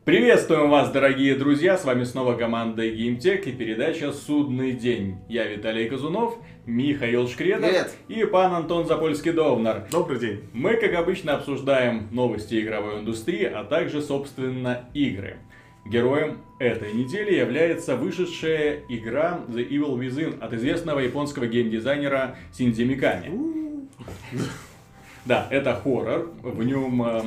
Приветствуем вас, дорогие друзья! С вами снова команда GameTech и передача «Судный день». Я Виталий Казунов, Михаил Шкредов. Привет. И пан Антон Запольский-Довнар. Добрый день. Мы, как обычно, обсуждаем новости игровой индустрии, а также, собственно, игры. Героем этой недели является вышедшая игра The Evil Within от известного японского геймдизайнера Синдзи Миками. Да, это хоррор, в нем...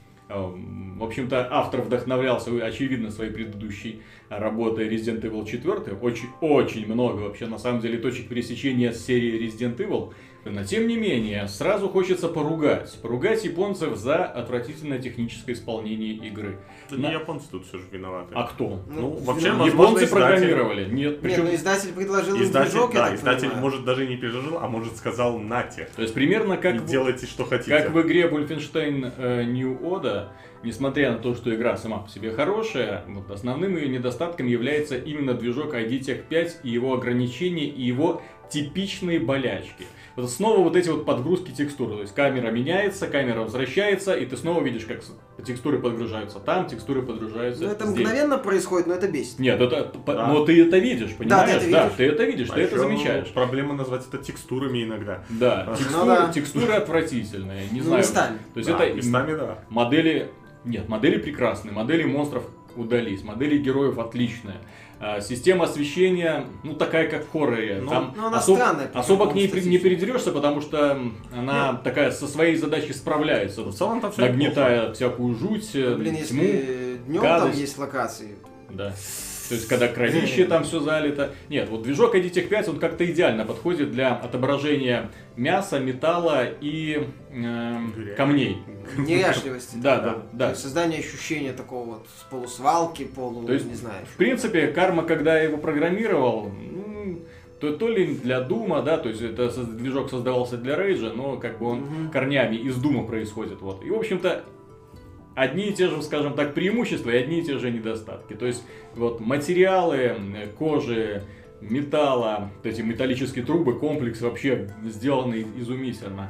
В общем-то, автор вдохновлялся, очевидно, своей предыдущей работой Resident Evil 4. Очень много, вообще, на самом деле, точек пересечения с серией Resident Evil. Но, тем не менее, сразу хочется поругать. Поругать японцев за отвратительное техническое исполнение игры. Да не японцы тут все же виноваты. А кто? Вообще, Японцы издатель... программировали. Нет, причем... Нет, издатель предложил движок, да, издатель, может, даже не предложил, а может, сказал «нате». То есть, примерно как... Делайте, что хотите. Как в игре Wolfenstein New Order. Несмотря на то, что игра сама по себе хорошая, вот основным ее недостатком является именно движок ID Tech 5 и его ограничения, и его типичные болячки. Вот снова вот эти вот подгрузки текстур. То есть камера меняется, камера возвращается, и ты снова видишь, как текстуры подгружаются там, текстуры подгружаются это здесь. Мгновенно происходит, но это бесит. Нет, но ты это видишь, понимаешь? Да, ты это видишь, ты это замечаешь. Проблема назвать это текстурами иногда. Да, текстуры отвратительные, не знаю. Местами. То есть это местами, да. Модели прекрасные, модели монстров удались, модели героев отличные. Система освещения, такая как в хорроре. Там особо к ней не придерешься, потому что она такая со своей задачей справляется. В целом там все нагнетая всякую жуть, тьму, если днем гадость. Там есть локации. Да. То есть, когда кровище там все залито. Нет, вот движок ID Tech 5, он как-то идеально подходит для отображения мяса, металла и камней. Неряшливости. Да. Создание ощущения такого вот полусвалки, то есть, не знаю. В принципе, Карма, когда я его программировал, то ли для Дума, да, то есть это движок создавался для Рейджа, но как бы он корнями из Дума происходит. Вот. И, в общем-то, одни и те же, скажем так, преимущества и одни и те же недостатки. То есть, вот материалы, кожи, металла, вот эти металлические трубы, комплекс вообще сделанный изумительно.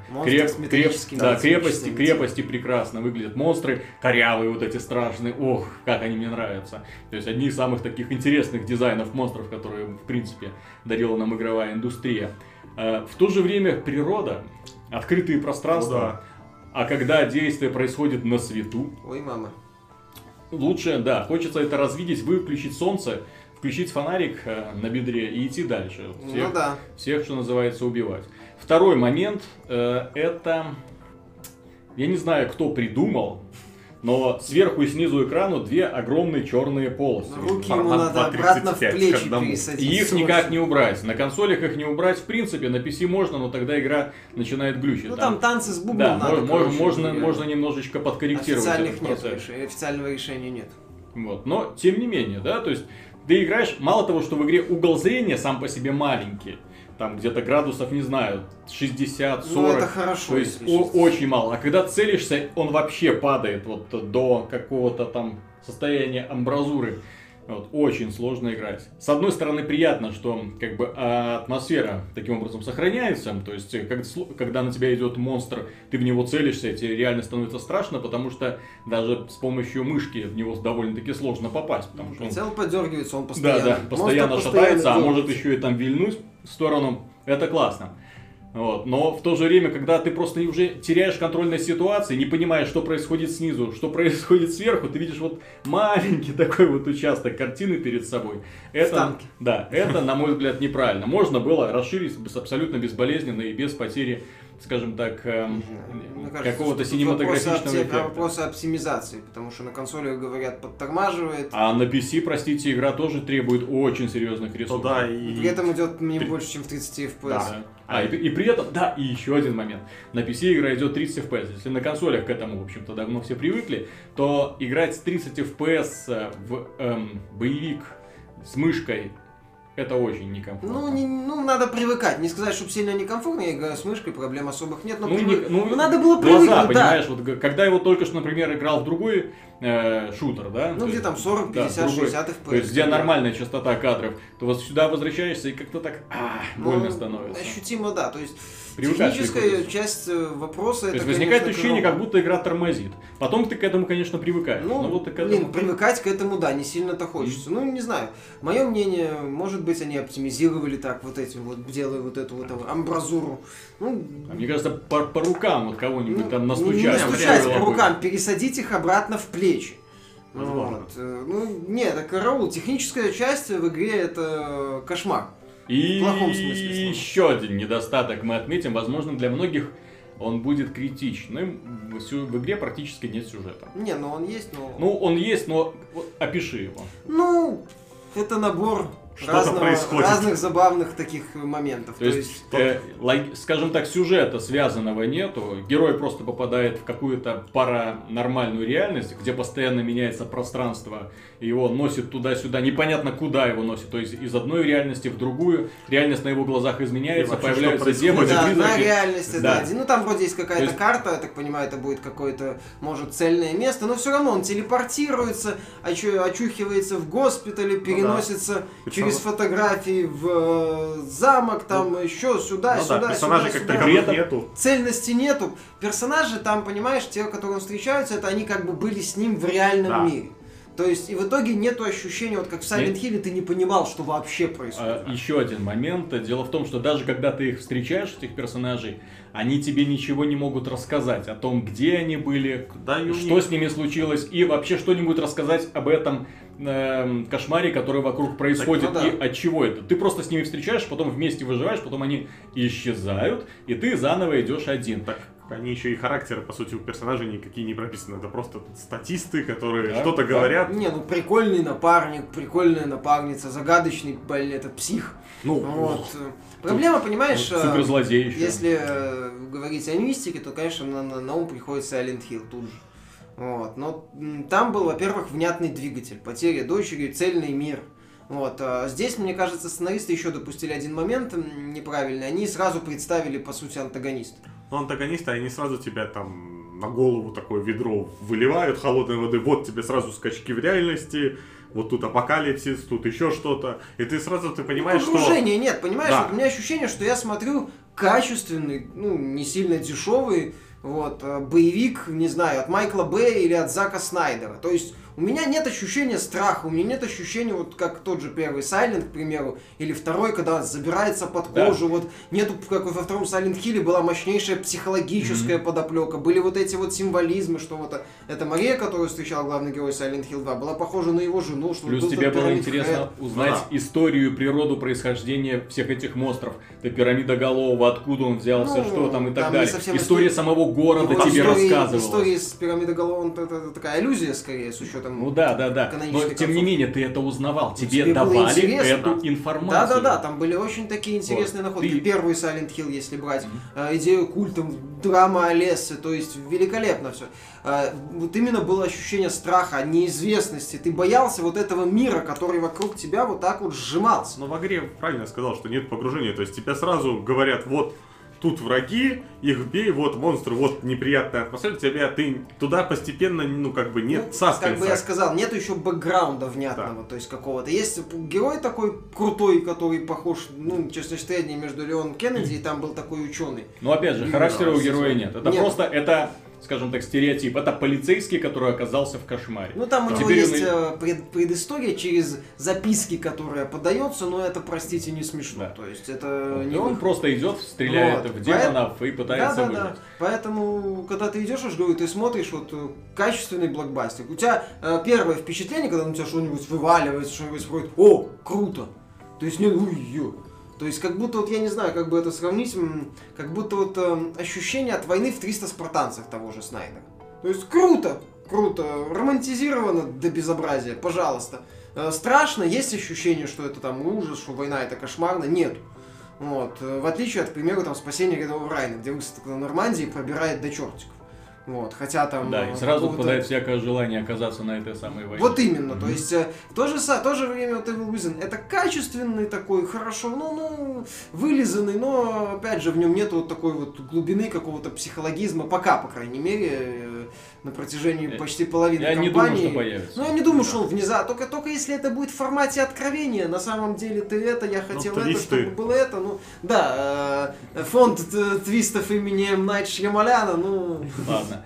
Крепости прекрасно выглядят. Монстры корявые, вот эти страшные. Ох, как они мне нравятся. То есть, одни из самых таких интересных дизайнов монстров, которые, в принципе, дарила нам игровая индустрия. В то же время природа, открытые пространства. А когда действие происходит на свету... Ой, мама. Лучше, да, хочется это развидеть, выключить солнце, включить фонарик на бедре и идти дальше. Всех, что называется, убивать. Второй момент, это... Я не знаю, кто придумал, но сверху и снизу экрану две огромные черные полосы. Руки ему надо обратно в плечи пересадить. И их никак не убрать. На консолях их не убрать, в принципе, на PC можно, но тогда игра начинает глючить. Там танцы с бубном надо. Можно немножечко подкорректировать этот процесс. Официального решения нет. Вот. Но, тем не менее, да, то есть ты играешь, мало того, что в игре угол зрения сам по себе маленький, там где-то градусов, не знаю, 60, 40. Это хорошо. То есть очень мало. А когда целишься, он вообще падает вот до какого-то там состояния амбразуры. Вот, очень сложно играть. С одной стороны, приятно, что как бы атмосфера таким образом сохраняется. То есть, когда на тебя идет монстр, ты в него целишься, тебе реально становится страшно, потому что даже с помощью мышки в него довольно-таки сложно попасть. Потому что прицел подергивается, он постоянно. Да, постоянно шатается, а может еще и там вильнуть в сторону. Это классно. Вот. Но в то же время, когда ты просто уже теряешь контроль над ситуацией, не понимаешь, что происходит снизу, что происходит сверху, ты видишь вот маленький такой вот участок картины перед собой. Это, на мой взгляд, неправильно. Можно было расширить абсолютно безболезненно и без потери, скажем так, какого-то синематографичного эффекта. Вопрос оптимизации, потому что на консолях, говорят, подтормаживает. А на PC, простите, игра тоже требует очень серьезных ресурсов. И при этом идет не больше, чем в 30 FPS. И при этом, и еще один момент. На PC игра идет 30 FPS. Если на консолях к этому, в общем-то, давно все привыкли, то играть с 30 FPS в боевик с мышкой это очень некомфортно. Надо привыкать. Не сказать, чтобы сильно некомфортно. Я играю с мышкой, проблем особых нет. Но надо было привыкнуть. Глаза, понимаешь, вот, когда его только что, например, играл в другой шутер, да? Где там 40, 50, 60 FPS. То есть, где нормальная частота кадров, то вот сюда возвращаешься и как-то так больно становится. Ощутимо, да. То есть, привыкаешь. Техническая часть вопроса, То это, есть возникает конечно, ощущение, круто. как будто игра тормозит. Потом ты к этому, конечно, привыкаешь. Ну, но вот ты к этому... привыкать к этому, да, не сильно-то хочется. Ну, не знаю. Мое мнение, может быть, они оптимизировали так вот этим вот, делая вот эту вот амбразуру. Ну, А мне кажется, по рукам вот кого-нибудь там не настучать. настучать было по бы. рукам, пересадить их обратно в плечи. Возможно. Вот. Ну, нет, это караул. Техническая часть в игре это кошмар. И В плохом смысле слова. еще один недостаток мы отметим. Возможно, для многих он будет критичным. В игре практически нет сюжета. Не, ну он есть, но... Ну, он есть, но вот опиши его. Ну, это набор Что-то происходит. разных забавных таких моментов. То есть, скажем так, сюжета связанного нету. Герой просто попадает в какую-то паранормальную реальность, где постоянно меняется пространство, и его носит туда-сюда, непонятно куда его носит. То есть из одной реальности в другую, реальность на его глазах изменяется, И вообще, появляются что демоны, Да, призраки. одна реальность, Да. это один. Ну там вроде есть какая-то То есть- карта, я так понимаю, это будет какое-то, может, цельное место, но все равно он телепортируется, очухивается в госпитале, переносится через фотографии в замок, там еще сюда, Ну сюда, да, персонажей сюда, как сюда. таковых этом- нету. Цельности нету. Персонажи там, понимаешь, те, которые встречаются, это они как бы были с ним в реальном Да. мире. То есть, и в итоге нету ощущения, вот как в Silent Hill, ты не понимал, что вообще происходит. Еще один момент. Дело в том, что даже когда ты их встречаешь, этих персонажей, они тебе ничего не могут рассказать о том, где они были, Да, и у что них- с ними случилось, и вообще что-нибудь рассказать об этом кошмаре, который вокруг происходит, Так, ну да. и от чего это. Ты просто с ними встречаешь, потом вместе выживаешь, потом они исчезают, и ты заново идешь один. Так они еще и характеры, по сути, у персонажей никакие не прописаны. Это просто статисты, которые Да, что-то да. говорят. Не, ну прикольный напарник, прикольная напарница, загадочный, этот псих. Ну, Вот. Проблема, понимаешь, Суперзлодей еще. если говорить о мистике, то, конечно, на ум приходит Silent Hill тут же. Вот. Но там был, во-первых, внятный двигатель, потеря дочери, цельный мир. Вот. А здесь, мне кажется, сценаристы еще допустили один момент неправильный. Они сразу представили, по сути, антагониста. ну, антагонисты, они сразу тебя там на голову такое ведро выливают холодной воды. Вот тебе сразу скачки в реальности. Вот тут апокалипсис, тут еще что-то. И ты сразу понимаешь, что... Погружения нет, понимаешь? Да. Вот у меня ощущение, что я смотрю качественный, ну, не сильно дешевый, вот, боевик, не знаю, от Майкла Бэя или от Зака Снайдера. То есть у меня нет ощущения страха, у меня нет ощущения, вот как тот же первый Silent, к примеру, или второй, когда он забирается под Да. кожу, вот нету, как во втором Silent Hill была мощнейшая психологическая подоплека, были вот эти вот символизмы, что вот эта Мария, которую встречал главный герой Silent Hill 2, была похожа на его жену, что Плюс вот тебе этот было Pyramid интересно Head. узнать Да. историю, природу происхождения всех этих монстров. Ты пирамидоголового, откуда он взялся, Ну, что там и так там не далее. совсем История самого города Его тебе рассказывалась. История с пирамидоголовым это такая аллюзия, скорее, с учетом... Ну да. Но Канонической тем не концовки. менее ты это узнавал. Ну, Тебе тебе было давали интересно. эту информацию. Да, там были очень такие интересные Вот. находки. Ты- Первый Silent Hill, если брать, идею культа, драма Олессы, то есть великолепно все. Вот именно было ощущение страха, неизвестности. Ты боялся вот этого мира, который вокруг тебя вот так вот сжимался. Но в игре правильно сказал, что нет погружения. То есть тебя сразу говорят, вот тут враги, их бей, вот монстры, вот неприятная атмосфера. Тебя ты туда постепенно, ну как бы нет Ну, саспенса. как бы я сказал, нет еще бэкграунда внятного, то есть какого-то. Есть герой такой крутой, который похож, ну, честно, средний между Леоном Кеннеди, и там был такой ученый. Но опять же, Не характера у нравится. героя нет. Это Нет. просто, это, скажем так, стереотип. Это полицейский, который оказался в кошмаре. Ну, там у него Теперь есть он предыстория через записки, которые подается, но это, простите, не смешно. Да. То есть это И не... он просто идет, стреляет Вот. в демонов и пытается выжить. Да. Поэтому, когда ты идешь, я же говорю, ты смотришь вот качественный блокбастер. У тебя первое впечатление, когда на тебя что-нибудь вываливается, что-нибудь происходит, о, круто! То есть, нет, ой-ё. То есть, как будто, вот я не знаю, как бы это сравнить, как будто вот ощущение от войны в 300 спартанцев того же Снайдера. То есть, круто, романтизировано до безобразия, пожалуйста. Страшно, есть ощущение, что это там ужас, что война это кошмарно, нет. Вот. В отличие от, к примеру, там, спасения рядового Райана, где высадка на Нормандии пробирает до чертиков. Вот. Хотя там... Да, и сразу какого-то- впадает всякое желание оказаться на этой самой войне. Вот именно, то есть в то же время вот Evil Within это качественный такой, хорошо, ну, вылизанный, но опять же в нем нет вот такой вот глубины какого-то психологизма, пока, по крайней мере, на протяжении почти половины Я кампании. не думаю, что появится. Ну, я не думаю, что он внезапно. Только если это будет в формате откровения, на самом деле ты это, я хотел это, чтобы было это. Ну, да, фонд твистов имени М. Найт Шьямаляна, ну... Ладно.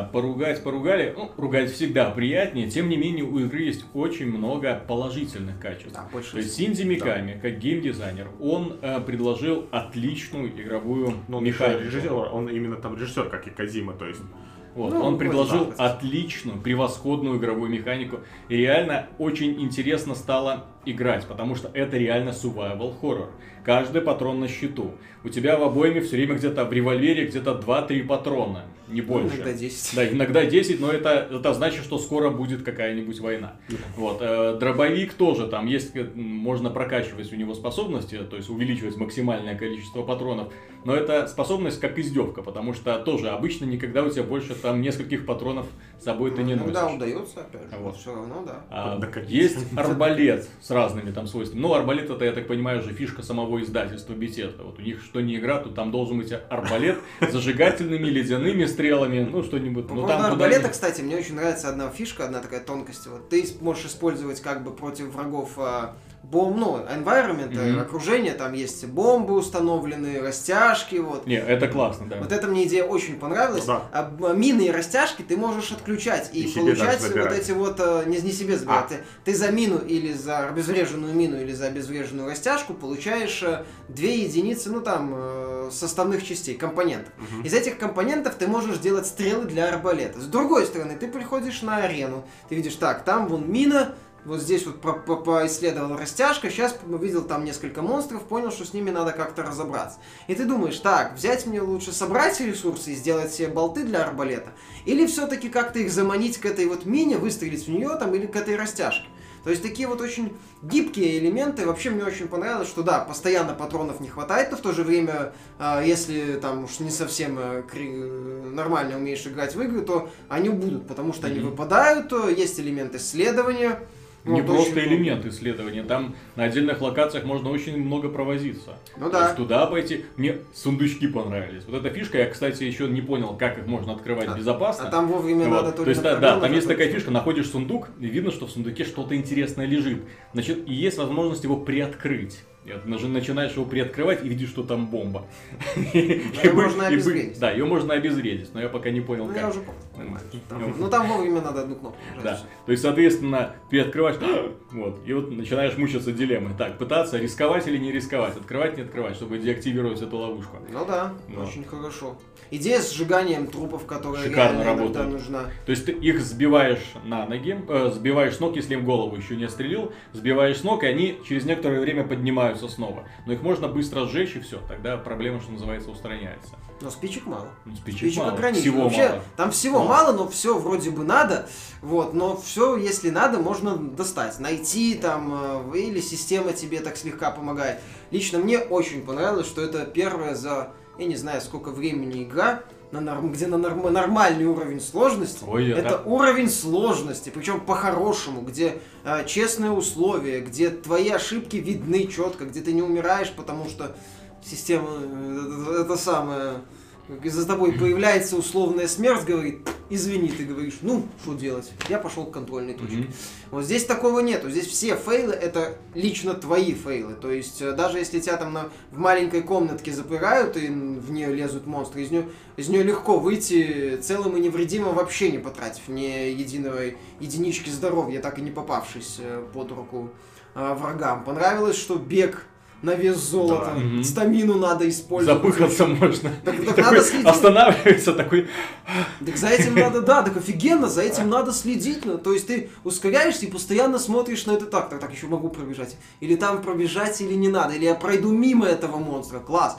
Поругали. Ну, ругать всегда приятнее. Тем не менее, у игры есть очень много положительных качеств. Да, То есть Синдзи Миками, как геймдизайнер, он предложил отличную игровую механику. Режиссер, он именно там режиссер, как и Кодзима, то есть. Вот, Ну, он предложил вот, отличную, превосходную игровую механику. И реально очень интересно стало играть, потому что это реально survival horror. Каждый патрон на счету. У тебя в обойме все время где-то в револьвере где-то 2-3 патрона, не больше. Иногда 10. Да, иногда 10, но это значит, что скоро будет какая-нибудь война. Вот. Дробовик тоже, там есть, можно прокачивать у него способности, то есть увеличивать максимальное количество патронов. Но это способность как издевка, потому что тоже обычно никогда у тебя больше там нескольких патронов с собой ты не носишь. Да, удается, опять же, Вот. все равно, да. Есть арбалет с разными там свойствами. Ну, арбалет это, я так понимаю, уже фишка самого издательства Bethesda. Вот у них что не игра, то там должен быть арбалет с зажигательными ледяными стрелами, ну что-нибудь. По Ну, поводу там арбалета, кстати, мне очень нравится одна фишка, одна такая тонкость. Вот ты можешь использовать как бы против врагов бомб, ну, environment, окружение, там есть бомбы установлены, растяжки, вот. Не, это классно, да. Вот эта мне идея очень понравилась. Да. А мины и растяжки ты можешь отключать и себе получать даже вот забирать. эти вот, не себе забирать, ты за мину или за обезвреженную мину или за обезвреженную растяжку получаешь 2 единицы, ну там, составных частей, компонентов. Из этих компонентов ты можешь делать стрелы для арбалета. С другой стороны, ты приходишь на арену, ты видишь, так, там вон мина, вот здесь вот поисследовал растяжка, сейчас увидел там несколько монстров, понял, что с ними надо как-то разобраться. И ты думаешь, так, взять мне лучше собрать ресурсы и сделать себе болты для арбалета, или все-таки как-то их заманить к этой вот мине, выстрелить в нее там, или к этой растяжке. То есть такие вот очень гибкие элементы. Вообще мне очень понравилось, что да, постоянно патронов не хватает, но в то же время, если там уж не совсем нормально умеешь играть в игры, то они будут, потому что они выпадают, есть элемент исследования. Не Вот просто очень элемент исследования, там на отдельных локациях можно очень много провозиться. Ну То да. есть туда пойти. Мне сундучки понравились. Вот эта фишка, я, кстати, еще не понял, как их можно открывать безопасно. А там вовремя Вот. надо То есть, да, пробел, там есть надо такая фишка, находишь сундук, и видно, что в сундуке что-то интересное лежит. Значит, и есть возможность его приоткрыть. И вот начинаешь его приоткрывать и видишь, что там бомба. Её можно обезвредить. Да, ее можно обезвредить, но я пока не понял, Ну, как. я уже понял. Ну там вовремя надо одну кнопку нажать. Да, то есть, соответственно, ты открываешь, вот, и вот начинаешь мучиться дилеммой. Так, пытаться рисковать или не рисковать, открывать, не открывать, чтобы деактивировать эту ловушку. Ну да, Вот. очень хорошо. Идея с сжиганием трупов, которая Шикарно реально иногда работает. нужна. То есть ты их сбиваешь на ноги, сбиваешь с ног, если им голову еще не отстрелил, сбиваешь с ног, и они через некоторое время поднимаются снова. Но их можно быстро сжечь, и все, тогда проблема, что называется, устраняется. Но спичек мало. Ну, спичек мало, ограничено. всего Вообще, мало. там всего Но. мало, но все вроде бы надо. Вот, но все, если надо, можно достать. Найти там, или система тебе так слегка помогает. Лично мне очень понравилось, что это первая за, я не знаю, сколько времени игра, где на нормальный уровень сложности. Ой, это уровень сложности, причем по-хорошему, где честные условия, где твои ошибки видны четко, где ты не умираешь, потому что система это самое, за тобой появляется условная смерть, говорит, извини, ты говоришь, ну, что делать, я пошел к контрольной точке. Вот здесь такого нету, здесь все фейлы это лично твои фейлы, то есть даже если тебя там в маленькой комнатке запирают и в нее лезут монстры, из нее легко выйти целым и невредимым, вообще не потратив ни единой единички здоровья, так и не попавшись под руку врагам. Понравилось, что бег на вес золота, Да. стамину надо использовать. Запыхаться можно. Так Такой надо следить. останавливается, такой... Так за этим надо, да, так офигенно, за этим надо следить. Ну, то есть ты ускоряешься и постоянно смотришь на это так, еще могу пробежать. Или там пробежать, или не надо. Или я пройду мимо этого монстра. Класс.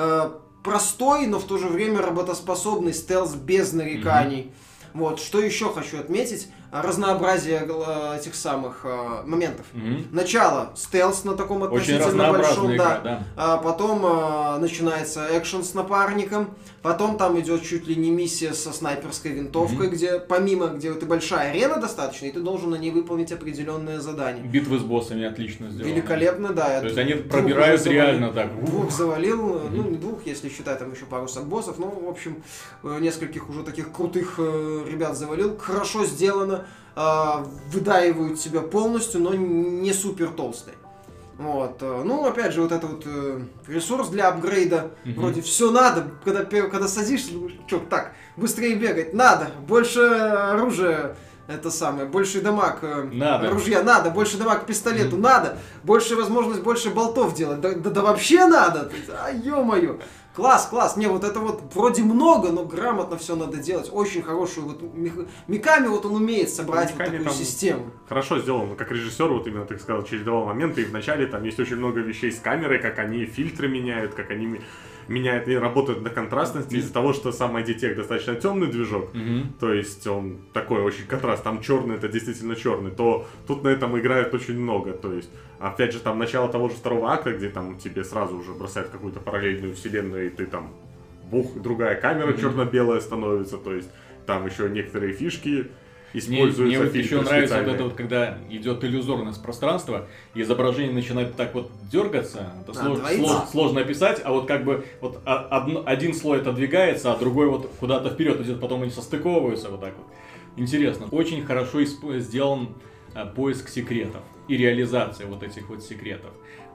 Простой, но в то же время работоспособный стелс без нареканий. Вот, что еще хочу отметить, разнообразие этих самых моментов. Начало стелс на таком относительно большом, игра, да. Потом начинается экшен с напарником, потом там идет чуть ли не миссия со снайперской винтовкой, где ты большая арена достаточно, и ты должен на ней выполнить определенные задания. Битвы с боссами отлично сделаны. Великолепно, да. То есть они пробирают реально так. Двух завалил, ну не двух, если считать там еще пару саббоссов, ну в общем нескольких уже таких крутых ребят завалил. Хорошо сделано, выдаивают себя полностью, но не супер толстые. Вот. Ну, опять же, вот это вот ресурс для апгрейда. Вроде все надо, когда садишься, думаешь, что, так, быстрее бегать, надо, больше оружия, это самое, больше дамаг ружья надо, больше дамаг к пистолету надо, больше возможность, больше болтов делать, да вообще надо, ё-моё. Класс, не, вот это вот вроде много, но грамотно все надо делать. Очень хорошую, вот Миками вот он умеет собрать вот такую систему. Хорошо сделано, как режиссер, вот именно, так сказал, чередовал моменты, и вначале там есть очень много вещей с камерой, как они фильтры меняют, как они меняют и работают на контрастности из-за того, что сам ID-Tech достаточно темный движок, то есть он такой очень контраст, там черный, это действительно черный, то тут на этом играют очень много, то есть, опять же, там начало того же второго акта, где там тебе сразу уже бросают какую-то параллельную вселенную, и ты там, другая камера черно-белая становится, то есть, там еще некоторые фишки используются. Мне вот еще нравится вот это вот, когда идет иллюзорность пространства, и изображение начинает так вот дергаться, это сложно описать, а вот как бы вот один слой отодвигается, а другой вот куда-то вперед идет, потом они состыковываются вот так вот. Интересно. Очень хорошо сделан поиск секретов и реализация вот этих вот секретов.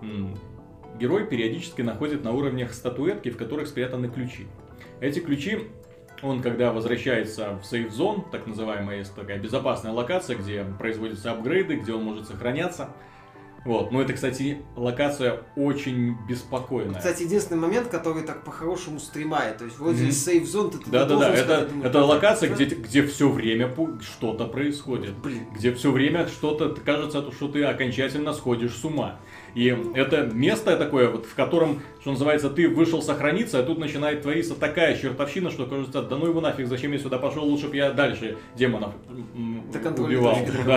Герой периодически находит на уровнях статуэтки, в которых спрятаны ключи. Эти ключи он, когда возвращается в сейф-зон, так называемая, есть такая безопасная локация, где производятся апгрейды, где он может сохраняться. Вот. Но это, кстати, локация очень беспокойная. Кстати, единственный момент, который так по-хорошему стремает. То есть вроде сейф-зон ты да, это локация, где все время что-то происходит. Где все время что-то, кажется, что ты окончательно сходишь с ума. И это место такое, вот, в котором, что называется, ты вышел сохраниться, а тут начинает твориться такая чертовщина, что кажется, да ну его нафиг, зачем я сюда пошел, лучше бы я дальше демонов убивал.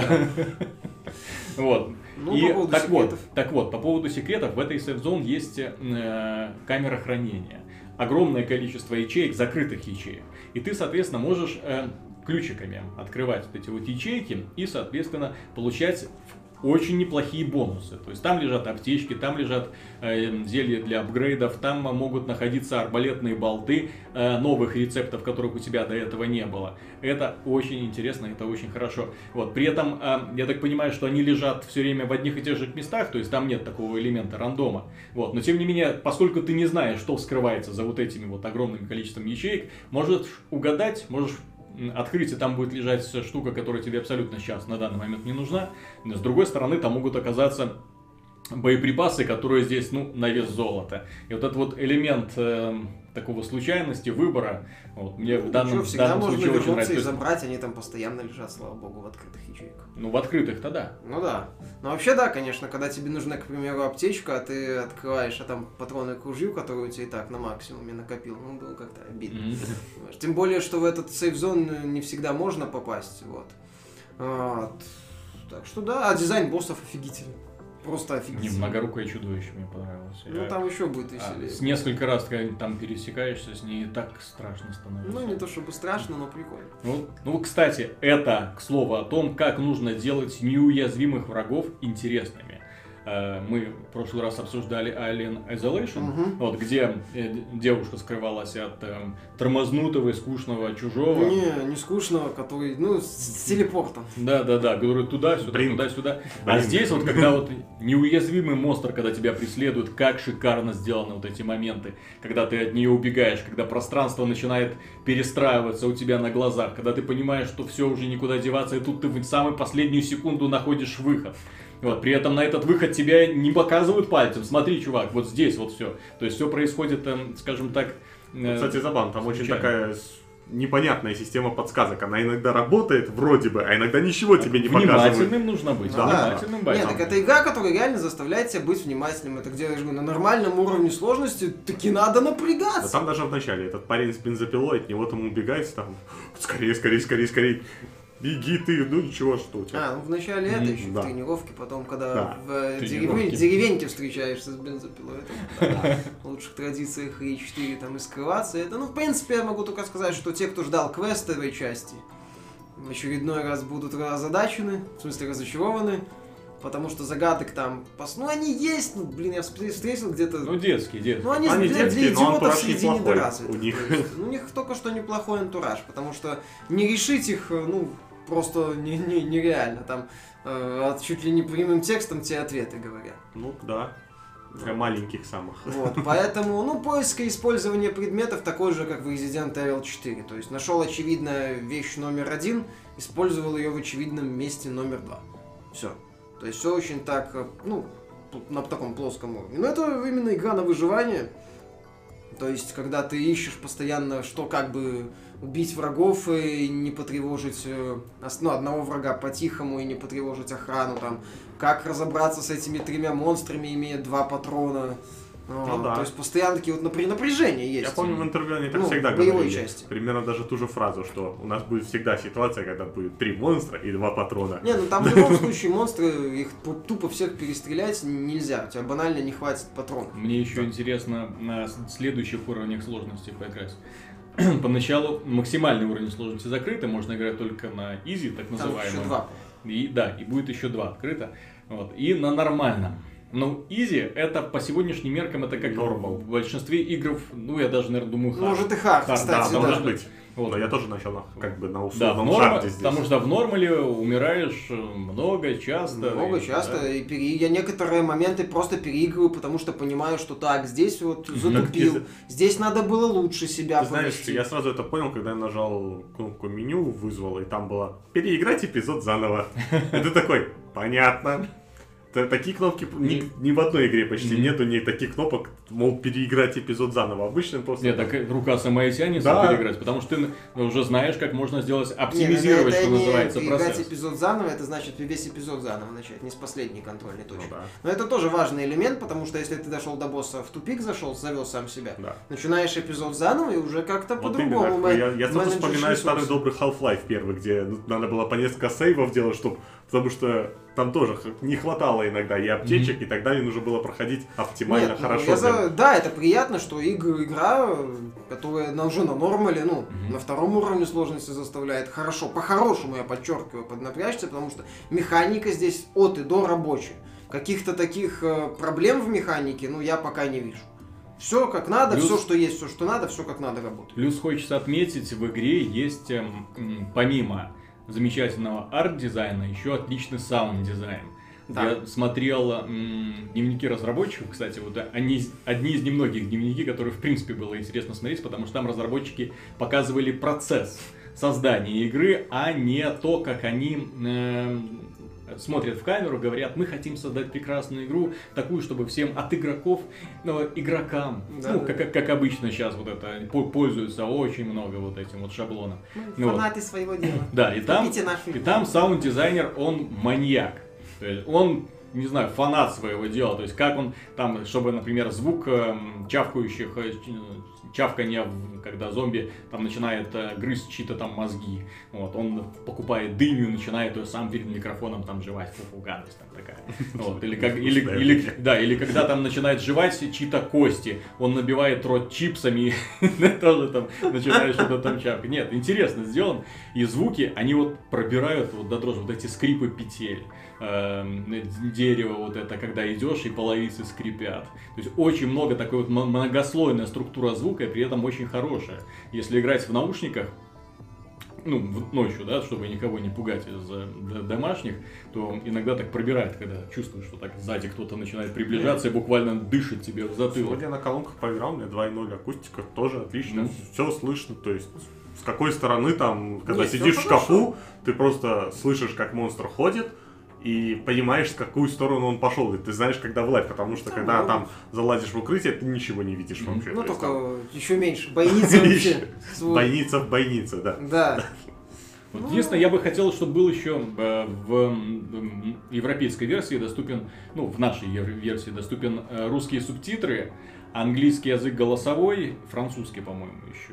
Вот. Ну, и так вот, по поводу секретов, в этой сейф-зон есть камера хранения. Огромное количество ячеек, закрытых ячеек. И ты, соответственно, можешь ключиками открывать вот эти вот ячейки и, соответственно, получать очень неплохие бонусы. То есть там лежат аптечки, там лежат зелья для апгрейдов, там могут находиться арбалетные болты, новых рецептов, которых у тебя до этого не было. Это очень интересно, это очень хорошо. Вот. При этом, я так понимаю, что они лежат все время в одних и тех же местах, то есть там нет такого элемента рандома. Вот. Но тем не менее, поскольку ты не знаешь, что скрывается за вот этими вот огромным количеством ячеек, можешь угадать, можешь открыть, и там будет лежать штука, которая тебе абсолютно сейчас на данный момент не нужна. Но с другой стороны, там могут оказаться боеприпасы, которые здесь, на вес золота. И вот этот вот элемент такого случайности, выбора, вот, мне в данном случае очень нравится. И забрать, они там постоянно лежат, слава богу, в открытых ячейках. Ну, в открытых-то да. Ну да. Ну вообще да, конечно, когда тебе нужна, к примеру, аптечка, а ты открываешь, а там патроны к ружью, которые у тебя и так на максимуме накопил, было как-то обидно. Тем более, что в этот сейф-зон не всегда можно попасть, вот. Так что да, а дизайн боссов офигительный. Просто офигительно. Многорукое чудовище мне понравилось. Ну там еще будет веселее. С несколько раз, когда там пересекаешься с ней, так страшно становится. Ну не то чтобы страшно, но прикольно. Ну, кстати, это, к слову, о том, как нужно делать неуязвимых врагов интересными. Мы в прошлый раз обсуждали Alien Isolation, вот, где девушка скрывалась от тормознутого и скучного чужого. Не скучного, который, с телепортом. Да, который туда-сюда, туда-сюда. А здесь вот, когда вот неуязвимый монстр, когда тебя преследует, как шикарно сделаны вот эти моменты, когда ты от нее убегаешь, когда пространство начинает перестраиваться у тебя на глазах, когда ты понимаешь, что все уже никуда деваться, и тут ты в самую последнюю секунду находишь выход. Вот, при этом на этот выход тебя не показывают пальцем. Смотри, чувак, вот здесь вот все. То есть все происходит, скажем так... Кстати, забавно, там очень такая непонятная система подсказок. Она иногда работает, вроде бы, а иногда ничего тебе не показывает. Внимательным нужно быть. Внимательным бойцом. Нет, так это игра, которая реально заставляет тебя быть внимательным. Это где на нормальном уровне сложности таки надо напрягаться. Да там даже в начале этот парень с бензопилой, от него там убегает, там скорее. беги ты, ну ничего, что у тебя. Ну в начале это еще да. в тренировке, потом, когда Да. в Тренировки. деревеньке встречаешься с бензопилой, это в лучших традициях и 4 там и скрываться. Это, ну, в принципе, я могу только сказать, что те, кто ждал квестовой части, в очередной раз будут озадачены, в смысле разочарованы, потому что загадок там, ну, они есть, ну, блин, я встретил где-то... Ну, детские. Ну, они Они для детские, но идиотов антураж среди неплохой недоразвитых. у них. То есть, у них только что неплохой антураж, потому что не решить их, ну, просто нереально. Там чуть ли не прямым текстом те ответы говорят. Ну да, для маленьких самых. Вот, поэтому, ну, поиск и использование предметов такой же, как в Resident Evil 4. То есть нашел очевидную вещь номер 1, использовал ее в очевидном месте номер 2. Все. То есть все очень так, ну, на таком плоском уровне. Но это именно игра на выживание. То есть, когда ты ищешь постоянно, что как бы убить врагов и не потревожить, ну, одного врага по-тихому и не потревожить охрану, там, как разобраться с этими 3 монстрами, имея 2 патрона. Да. То есть постоянно такие вот напряжение есть. Я помню, в интервью они так Ну, всегда в боевой говорили. части. Примерно даже ту же фразу, что у нас будет всегда ситуация, когда будет 3 монстра и 2 патрона. Не, ну там в любом случае монстры, их тупо всех перестрелять нельзя. У тебя банально не хватит патронов. Мне еще интересно на следующих уровнях сложности поиграть. Поначалу максимальный уровень сложности закрытый, можно играть только на изи, так Там называемом. еще 2. И будет еще 2 открыто. Вот. И на нормальном. Ну, изи, это по сегодняшним меркам, это как Normal. в большинстве игр, ну, я даже, наверное, думаю, хард. Может и хард, Хард, кстати, Да, да. может быть. Вот. Но я тоже начал как бы на Да, условном в норм... харде здесь. потому что в нормале умираешь много, часто. Много, часто. Да. И я некоторые моменты просто переигрываю, потому что понимаю, что так, здесь вот затупил, здесь надо было лучше себя Ты знаешь, повести. я сразу это понял, когда я нажал кнопку меню, вызвал, и там было «Переиграть эпизод заново». И ты такой, понятно. Такие кнопки ни в одной игре почти нету ни таких кнопок, мол, переиграть эпизод заново. Обычно просто... Нет, так рука сама и тянется Да. переиграть, потому что ты уже знаешь, как можно сделать, Не, оптимизировать, это что не называется, переиграть процесс. эпизод заново, это значит весь эпизод заново начать, не с последней контрольной точки. Ну да. Но это тоже важный элемент, потому что если ты дошел до босса в тупик, завел сам себя, Да. начинаешь эпизод заново и уже как-то Вот по-другому. именно. Я сразу менеджеришь вспоминаю старый ресурсы. добрый Half-Life первый, где надо было по несколько сейвов делать, потому что там тоже не хватало иногда и аптечек, и тогда не нужно было проходить оптимально Нет, ну, хорошо. да, это приятно, что игра, которая уже на нормале, ну, на 2-м уровне сложности заставляет хорошо, по-хорошему, я подчеркиваю, поднапрячься, потому что механика здесь от и до рабочая. Каких-то таких проблем в механике, ну, я пока не вижу. Все как надо, Плюс- все, что есть, все, что надо, все как надо работает. Плюс хочется отметить, в игре есть, помимо замечательного арт-дизайна, еще отличный саунд-дизайн. Да. Я смотрел дневники разработчиков, кстати, вот они одни из немногих дневники, которые в принципе было интересно смотреть, потому что там разработчики показывали процесс создания игры, а не то, как они смотрят в камеру, говорят, мы хотим создать прекрасную игру, такую, чтобы всем от игроков, игрокам, Да, ну, да. как обычно сейчас вот это пользуются очень много вот этим вот шаблоном. Ну, вот. Фанаты своего дела. Да, и там Купите нашу и игру. там саунд-дизайнер, он маньяк. То есть он, не знаю, фанат своего дела. То есть как он там, чтобы, например, звук чавкающих, чавканья, когда зомби там начинает грызть чьи-то там мозги. Вот, он покупает дыню и начинает ее сам перед микрофоном там жевать. Фу-фу, гадость там такая. Вот, или когда там начинает жевать чьи-то кости, он набивает рот чипсами и тоже там начинает что-то там чавкать. Нет, интересно сделан. И звуки, они вот пробирают вот до дрожи, вот эти скрипы петель. Дерево вот это, когда идешь и половицы скрипят. То есть очень много такой вот многослойная структура звука, и при этом очень хорошая. Если играть в наушниках, ну, ночью, да, чтобы никого не пугать из домашних, то иногда так пробирает, когда чувствуешь, что так сзади кто-то начинает приближаться и буквально дышит тебе в затылок. Сегодня на колонках поиграл, у меня 2.0 акустика, тоже отлично, Ну. все слышно, то есть с какой стороны там, когда Нет, всё сидишь в хорошо. шкафу, ты просто слышишь, как монстр ходит, и понимаешь, в какую сторону он пошел, и ты знаешь, когда влазить, потому что когда ну. там залазишь в укрытие, ты ничего не видишь вообще. Ну, то есть только еще меньше. Бойница вообще. там Свой. бойница в бойнице, да. Да. Вот единственное, я бы хотел, чтобы был еще в европейской версии доступен, ну, в нашей версии доступен русские субтитры, английский язык голосовой, французский, по-моему, еще.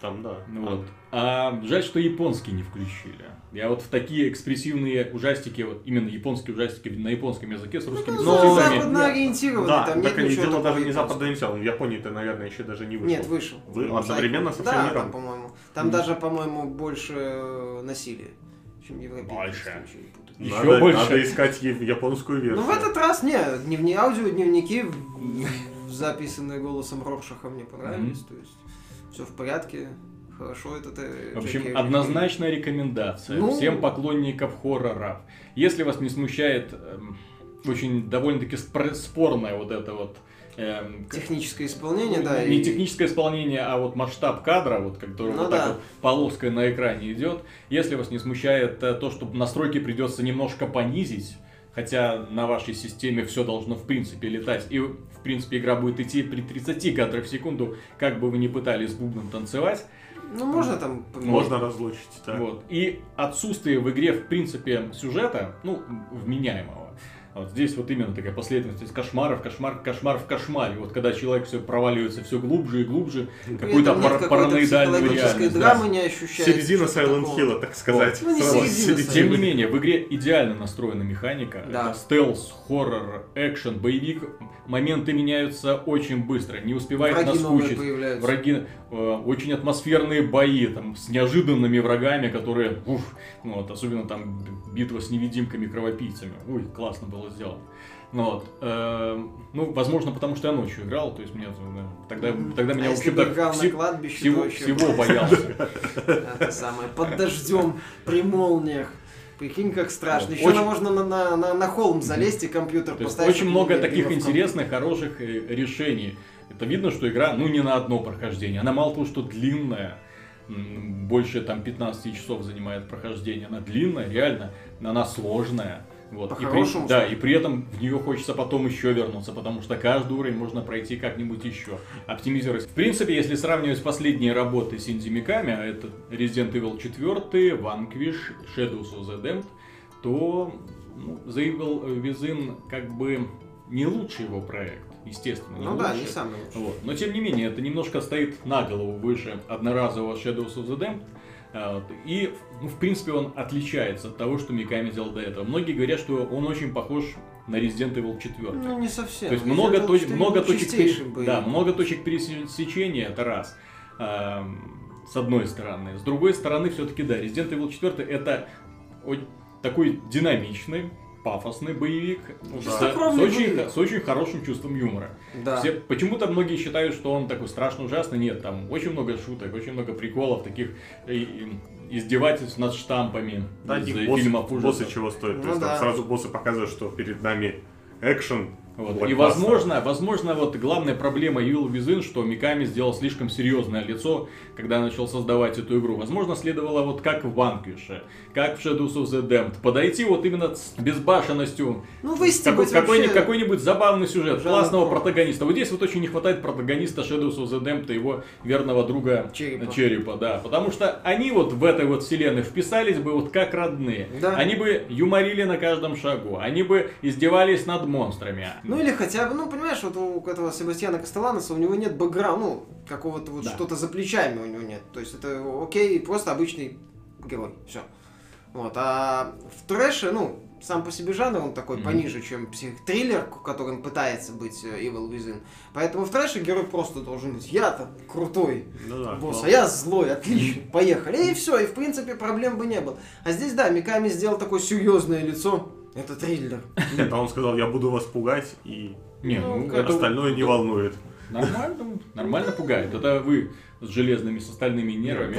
Там, да. Вот. А жаль, что японские не включили. Я вот в такие экспрессивные ужастики, вот именно японские ужастики на японском языке с русскими Ну, субтитрами. западно ориентированы, Да, там так нет они ничего дело такого даже не японского. западно ориентирован. В Японии-то, наверное, еще даже не вышел. Нет, вышел. Одновременно со всем Да, миром? там, по-моему. Там даже, по-моему, больше насилия, чем европейские. Больше. если ничего не путаю. Еще Надо, больше. надо искать японскую версию. Ну, в этот раз не. Аудиодневники, записанные голосом Роршаха, мне понравились. То есть, все в порядке. Хорошо, это В общем, однозначная рекомендация всем поклонникам хорроров. Если вас не смущает очень довольно-таки спорное вот это вот... техническое исполнение, да. Не техническое исполнение, а вот масштаб кадра, вот, который вот так вот полоской на экране идет. Если вас не смущает то, что настройки придется немножко понизить, хотя на вашей системе все должно в принципе летать, и в принципе игра будет идти при 30 кадрах в секунду, как бы вы ни пытались с бубном танцевать. Ну, можно там... Можно разлучить, да. Вот. И отсутствие в игре, в принципе, сюжета, ну, вменяемого. Вот здесь вот именно такая последовательность кошмаров, кошмар в кошмаре. Вот когда человек все проваливается все глубже и глубже, какую-то параноидальную реальность. Драмы не ощущается. Середина Silent Hill, так сказать. Ну, не середина. Тем не менее, в игре идеально настроена механика. Да. Это стелс, хоррор, экшен, боевик. Моменты меняются очень быстро, не успевает Враги наскучить. появляются. Враги, очень атмосферные бои, там, с неожиданными врагами, которые, вот, особенно там битва с невидимками-кровопийцами. Ой, классно было сделано. Вот, ну, возможно, потому что я ночью играл, то есть мне тогда меня, в общем-то, всего боялся. Это самое, под дождем, при молниях. Прикинь, как страшно. Еще Очень... можно на холм залезть и компьютер то поставить. Очень много таких интересных, хороших решений. Это видно, что игра, ну, не на одно прохождение. Она мало того, что длинная, больше там 15 часов занимает прохождение. Она длинная, реально, она сложная. Вот. И при этом в нее хочется потом еще вернуться, потому что каждый уровень можно пройти как-нибудь еще, оптимизировать. В принципе, если сравнивать последние работы Синдзи Миками, а это Resident Evil 4, Vanquish, Shadows of the Damned, то The Evil Within как бы не лучший его проект, естественно. Ну да, не самый лучший. Вот. Но тем не менее, это немножко стоит на голову выше одноразового Shadows of the Damned. И, ну, в принципе, он отличается от того, что Миками делал до этого. Многие говорят, что он очень похож на Resident Evil 4. Ну, не совсем. То есть много точек пересечения, это раз. С одной стороны. С другой стороны, все-таки, да, Resident Evil 4 это такой динамичный, пафосный боевик с очень хорошим чувством юмора. Да. Почему-то многие считают, что он такой страшно ужасный. Нет, там очень много шуток, очень много приколов, таких издевательств над штампами из фильмов ужасов. Боссы чего стоят. То есть там сразу боссы показывают, что перед нами экшен. Вот. И возможно, вот главная проблема Evil Within, что Миками сделал слишком серьезное лицо, когда начал создавать эту игру. Возможно, следовало вот как в Vanquish, как в Shadows of the Damned, подойти вот именно с безбашенностью, какой-нибудь забавный сюжет, классного протагониста. Вот здесь вот очень не хватает протагониста Shadows of the Damned и его верного друга Черепа, да, потому что они вот в этой вот вселенной вписались бы вот как родные. Да. Они бы юморили на каждом шагу, они бы издевались над монстрами. Ну или хотя бы, ну понимаешь, вот у этого Себастьяна Кастелланоса у него нет бэкграунда, ну какого-то вот что-то за плечами у него нет. То есть это окей, просто обычный герой, все. Вот, а в трэше, ну, сам по себе жанр он такой пониже, чем триллер, которым пытается быть Evil Within. Поэтому в трэше герой просто должен быть: я-то крутой босс, а я злой, отлично, поехали. И все, и в принципе проблем бы не было. А здесь, да, Миками сделал такое серьезное лицо. Это триллер. Нет, а он сказал: я буду вас пугать, и остальное не волнует. Нормально пугает. Это вы с железными, с остальными нервами.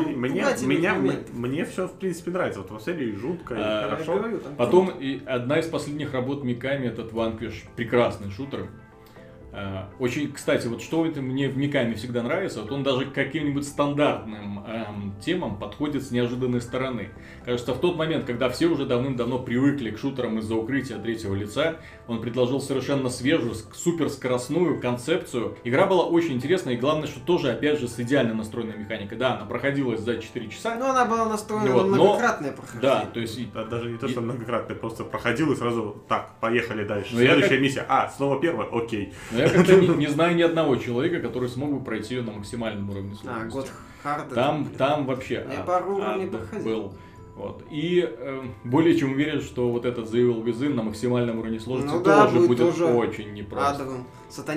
Мне все, в принципе, нравится. Вот в атмосфере жутко, и хорошо. Потом одна из последних работ Миками, этот Vanquish, прекрасный шутер. Очень, кстати, вот что мне в Миками всегда нравится, вот он даже к каким-нибудь стандартным темам подходит с неожиданной стороны. Кажется, в тот момент, когда все уже давным-давно привыкли к шутерам из-за укрытия третьего лица, он предложил совершенно свежую, суперскоростную концепцию. Игра была очень интересная, и главное, что тоже, опять же, с идеально настроенной механикой. Да, она проходилась за 4 часа. Но она была настроена на многократное прохождение. Да, то есть... Даже не то, что многократное, просто проходил и сразу: так, поехали дальше. Следующая миссия. Снова первая? Окей. Но Я как-то не знаю ни одного человека, который смог бы пройти ее на максимальном уровне сложности. God Hard. Там вообще Я пару уровней проходил. был. Вот. И более чем уверен, что вот этот The Evil Within на максимальном уровне сложности тоже будет очень непросто. Адовым.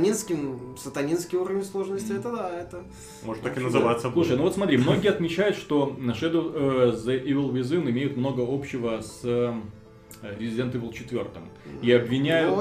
Сатанинский уровень сложности, это да, это... Может так и называться. Слушай, ну вот смотри, многие отмечают, что The Evil Within имеют много общего с Resident Evil 4. И обвиняют,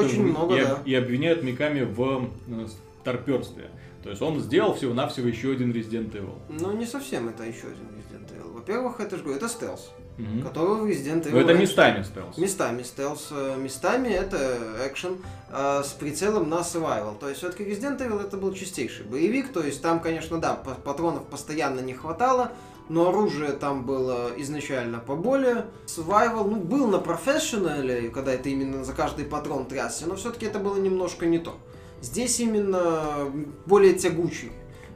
и обвиняют Миками в старперстве. То есть он сделал всего-навсего еще один Resident Evil. Ну не совсем это еще один Resident Evil. Во-первых, это стелс. Которого в Resident Evil... Но это местами стелс. Местами стелс. Местами это экшен с прицелом на survival. То есть все-таки Resident Evil это был чистейший боевик. То есть там, конечно, да, патронов постоянно не хватало, но оружие там было изначально поболее. Survival, был на профессионале, когда это именно за каждый патрон трясся, но все-таки это было немножко не то. Здесь именно более тягучий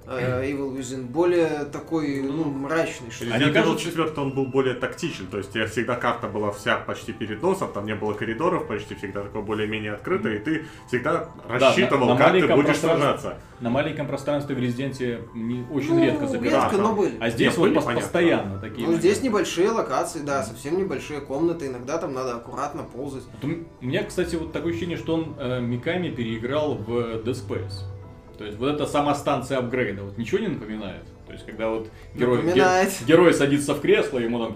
Evil Within, более такой, мрачный. Resident Evil 4 он был более тактичен, то есть всегда карта была вся почти перед носом, там не было коридоров, почти всегда такое более-менее открытое, и ты всегда рассчитывал, как ты будешь сражаться. На маленьком пространстве в Резиденте очень редко забирались. Но были. А здесь постоянно такие. Здесь небольшие локации, да, совсем небольшие комнаты, иногда там надо аккуратно ползать. У меня, кстати, вот такое ощущение, что он Миками переиграл в Dead Space. То есть вот эта сама станция апгрейда, вот ничего не напоминает? То есть когда вот герой садится в кресло, ему там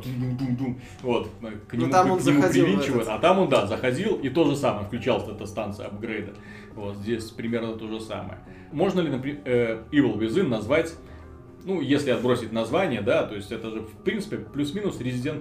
вот, к нему привинчивают, а там он, да, заходил и то же самое, включалась эта станция апгрейда. Вот здесь примерно то же самое. Можно ли, например, Evil Within назвать, если отбросить название, да, то есть это же, в принципе, плюс-минус Resident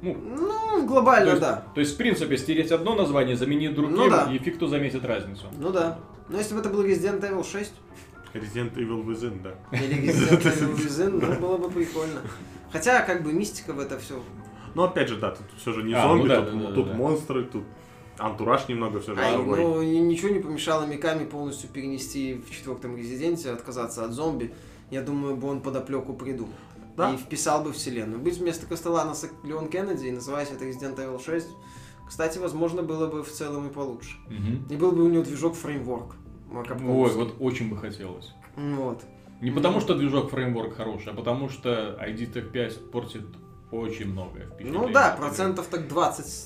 Evil. Глобально, да. То есть, в принципе, стереть одно название, заменить другим, и фиг кто заметит разницу. Ну да. Но если бы это был Resident Evil 6... Resident Evil Within, да. Или Resident Evil Within, было бы прикольно. Хотя, мистика в это все. Но опять же, да, тут все же не зомби, тут монстры, тут антураж немного все же другой. Ничего не помешало Миками полностью перенести в 4-м Резиденте, отказаться от зомби. Я думаю, бы он подоплеку придумал. Да? И вписал бы вселенную. Быть вместо Кастелланоса Леон Кеннеди и называть это Resident Evil 6. Кстати, возможно, было бы в целом и получше. И был бы у него движок фреймворк. Ой, вот очень бы хотелось. Вот. Не потому, что движок фреймворк хороший, а потому что ID Tech 5 портит очень многое впечатление. Ну да, процентов так 20.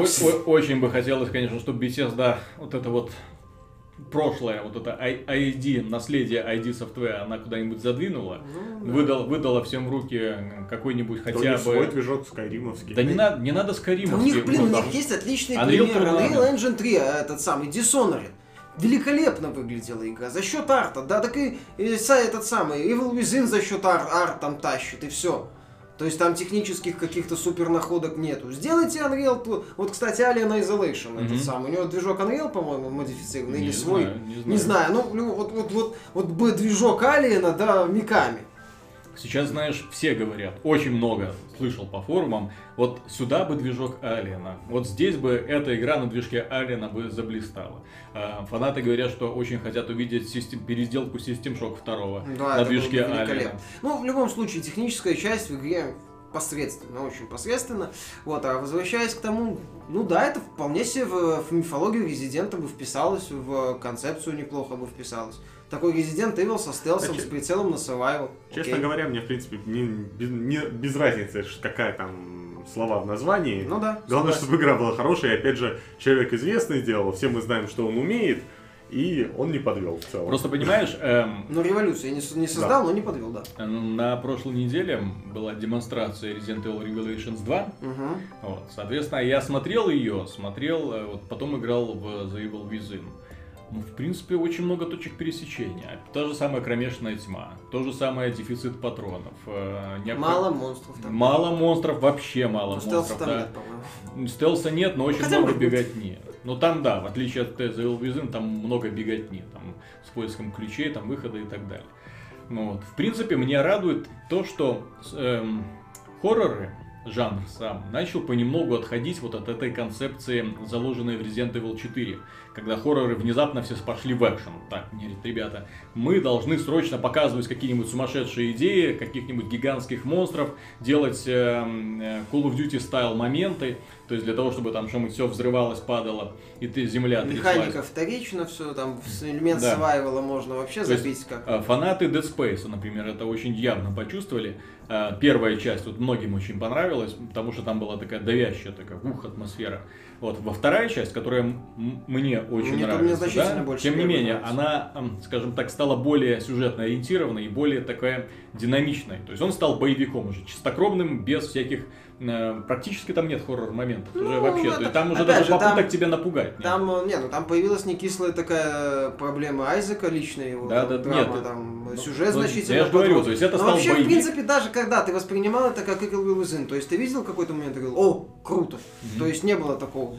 Очень бы хотелось, конечно, чтобы Bethesda вот это вот прошлое, вот это ID, наследие ID Software, она куда-нибудь задвинула, выдала всем в руки какой-нибудь хотя бы... свой движок скайримовский. Да не надо скайримовский. У них есть отличный пример. Unreal Engine 3, этот самый Dishonored. Великолепно выглядела игра, за счет арта, да, так и этот самый Evil Within за счет арт там тащит, и все. То есть там технических каких-то супер находок нету. Сделайте Unreal, вот, кстати, Alien Isolation, этот самый, у него движок Unreal, по-моему, модифицированный, или свой, не знаю, вот движок Alien, да, Миками. Сейчас, знаешь, все говорят, очень много слышал по форумам, вот сюда бы движок Алиена, вот здесь бы эта игра на движке Алиена бы заблистала. Фанаты говорят, что очень хотят увидеть переделку System Shock 2 на движке Алиена. В любом случае, техническая часть в игре посредственно, очень посредственно. Вот, а возвращаясь к тому, это вполне себе в мифологию Резидента бы вписалось, в концепцию неплохо бы вписалось. Такой Resident Evil со стелсом, с прицелом на survival. Честно говоря, мне, в принципе, без разницы, какая там слова в названии. Главное, чтобы игра была хорошая. И опять же, человек известный сделал, все мы знаем, что он умеет, и он не подвел в целом. Просто понимаешь... революцию не создал, но не подвел, да. На прошлой неделе была демонстрация Resident Evil Revelations 2. Вот, соответственно, я смотрел, потом играл в The Evil Within. В принципе, очень много точек пересечения. Та же самая кромешная тьма, то же самое дефицит патронов. Мало монстров. Мало монстров, вообще мало монстров. Стелса нет, по-моему. Стелса нет, но очень много беготни. Но там, да, в отличие от The Evil Within, там много беготни. Там с поиском ключей, там выхода и так далее. В принципе, меня радует то, что хорроры, жанр сам, начал понемногу отходить вот от этой концепции, заложенной в Resident Evil 4, когда хорроры внезапно все пошли в экшен. Так, мне говорят, ребята, мы должны срочно показывать какие-нибудь сумасшедшие идеи, каких-нибудь гигантских монстров, делать Call of Duty стайл моменты. То есть для того, чтобы там что-нибудь все взрывалось, падало, и земля тряслась. Механика вторична, все там элемент Да. survival можно вообще То есть, забить как. фанаты Dead Space, например, это очень явно почувствовали. Первая часть вот многим очень понравилась, потому что там была такая давящая, такая атмосфера. Вот во вторая часть, которая мне очень Мне нравится, значительно да, больше тем не первой менее, нравится. она, скажем так, стала более сюжетно ориентированной и более такая динамичной. То есть он стал боевиком уже, чистокровным, без всяких практически там нет хоррор-моментов уже вообще. То есть там уже опять даже же, попыток там- тебя напугать. нет. Там появилась не кислая такая проблема Айзека личная его Да, да, драма, нет, там сюжет ну, значительно я же говорю, подрос. то есть это Но стал вообще, боевик. в принципе, даже когда ты воспринимал это как Evil Within, то есть ты видел какой-то момент и говорил, о, круто. То есть не было такого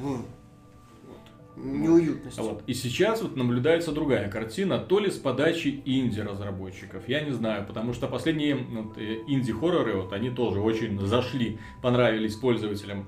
неуютности. Вот. И сейчас вот наблюдается другая картина, то ли с подачи инди-разработчиков, я не знаю, потому что последние инди-хорроры, вот, они тоже очень зашли, понравились пользователям.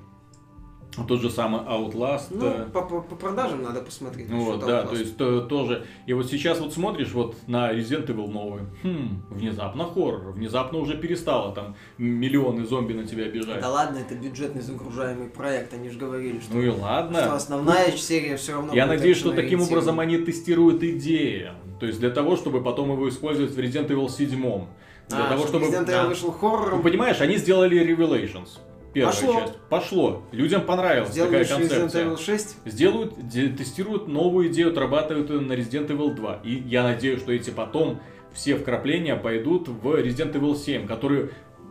Тот же самый Outlast. Ну, по продажам надо посмотреть. Ну вот, что да, там то есть тоже. И вот сейчас вот смотришь вот на Resident Evil новый, внезапно хоррор, внезапно уже перестало там миллионы зомби на тебя бежать. Да ладно, это бюджетный загружаемый проект, они же говорили, что, Ну и ладно. что основная серия все равно Я будет надеюсь, что экшен таким ориентирована. образом они тестируют идеи. То есть для того, чтобы потом его использовать в Resident Evil 7. Для того, чтобы... Resident Evil вышел хоррором, Ну, понимаешь, они сделали Revelations. Первая Пошло. часть. Пошло. Людям понравилась сделали такая Resident концепция. Evil 6. Сделают, тестируют новую идею, отрабатывают ее на Resident Evil 2. И я надеюсь, что эти потом все вкрапления пойдут в Resident Evil 7, который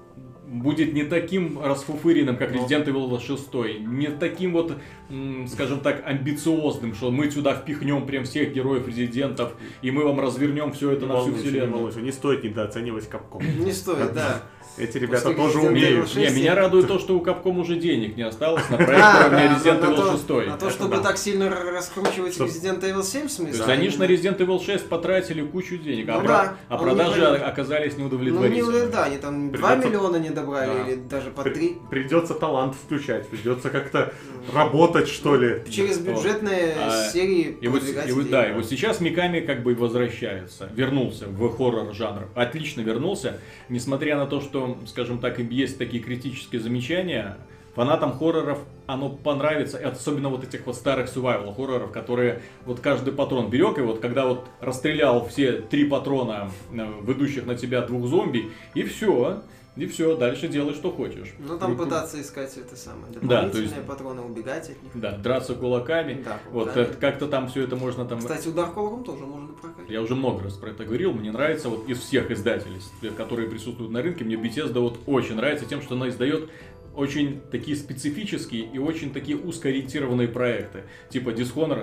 будет не таким расфуфыренным, как Resident Evil 6, не таким вот, скажем так, амбициозным, что мы сюда впихнем прям всех героев резидентов, и мы вам развернем все это на всю вселенную. Не стоит недооценивать Capcom. Не стоит, да. Эти ребята После тоже Resident Evil умеют. 6 Не, меня радует то, что у Capcom уже денег не осталось на проект уровня Resident Evil 6. На то, чтобы так сильно раскручивать Чтоб- Resident Evil 7, в То смысле? есть они же на Resident Evil 6 потратили кучу денег, Ну да, а он продажи не проверил. оказались Ну, неудовлетворительными. да, они там 2 Придется- миллиона не добрали, Да. или даже по 3. Придется талант включать, придется как-то работать, что ли. Через бюджетные А, серии И вот, продвигать и вот- идеи. да, и вот сейчас Миками как бы возвращается, вернулся в хоррор жанр, отлично вернулся, несмотря на то, что, скажем так, им есть такие критические замечания, фанатам хорроров оно понравится, и особенно вот этих вот старых survival хорроров, которые вот каждый патрон берег, и вот когда вот расстрелял все 3 патрона, ведущих на тебя 2 зомби, и все, дальше делай, что хочешь. Ну там пытаться искать это самое, Да, дополнительные то есть- патроны, убегать от них. Да, драться кулаками, Да, вот кулаками. как-то там все это можно там... Кстати, удар колоком тоже можно прокачать. Я уже много раз про это говорил, мне нравится вот из всех издателей, которые присутствуют на рынке, мне Bethesda вот очень нравится тем, что она издает очень такие специфические и очень такие узкоориентированные проекты, типа Dishonored.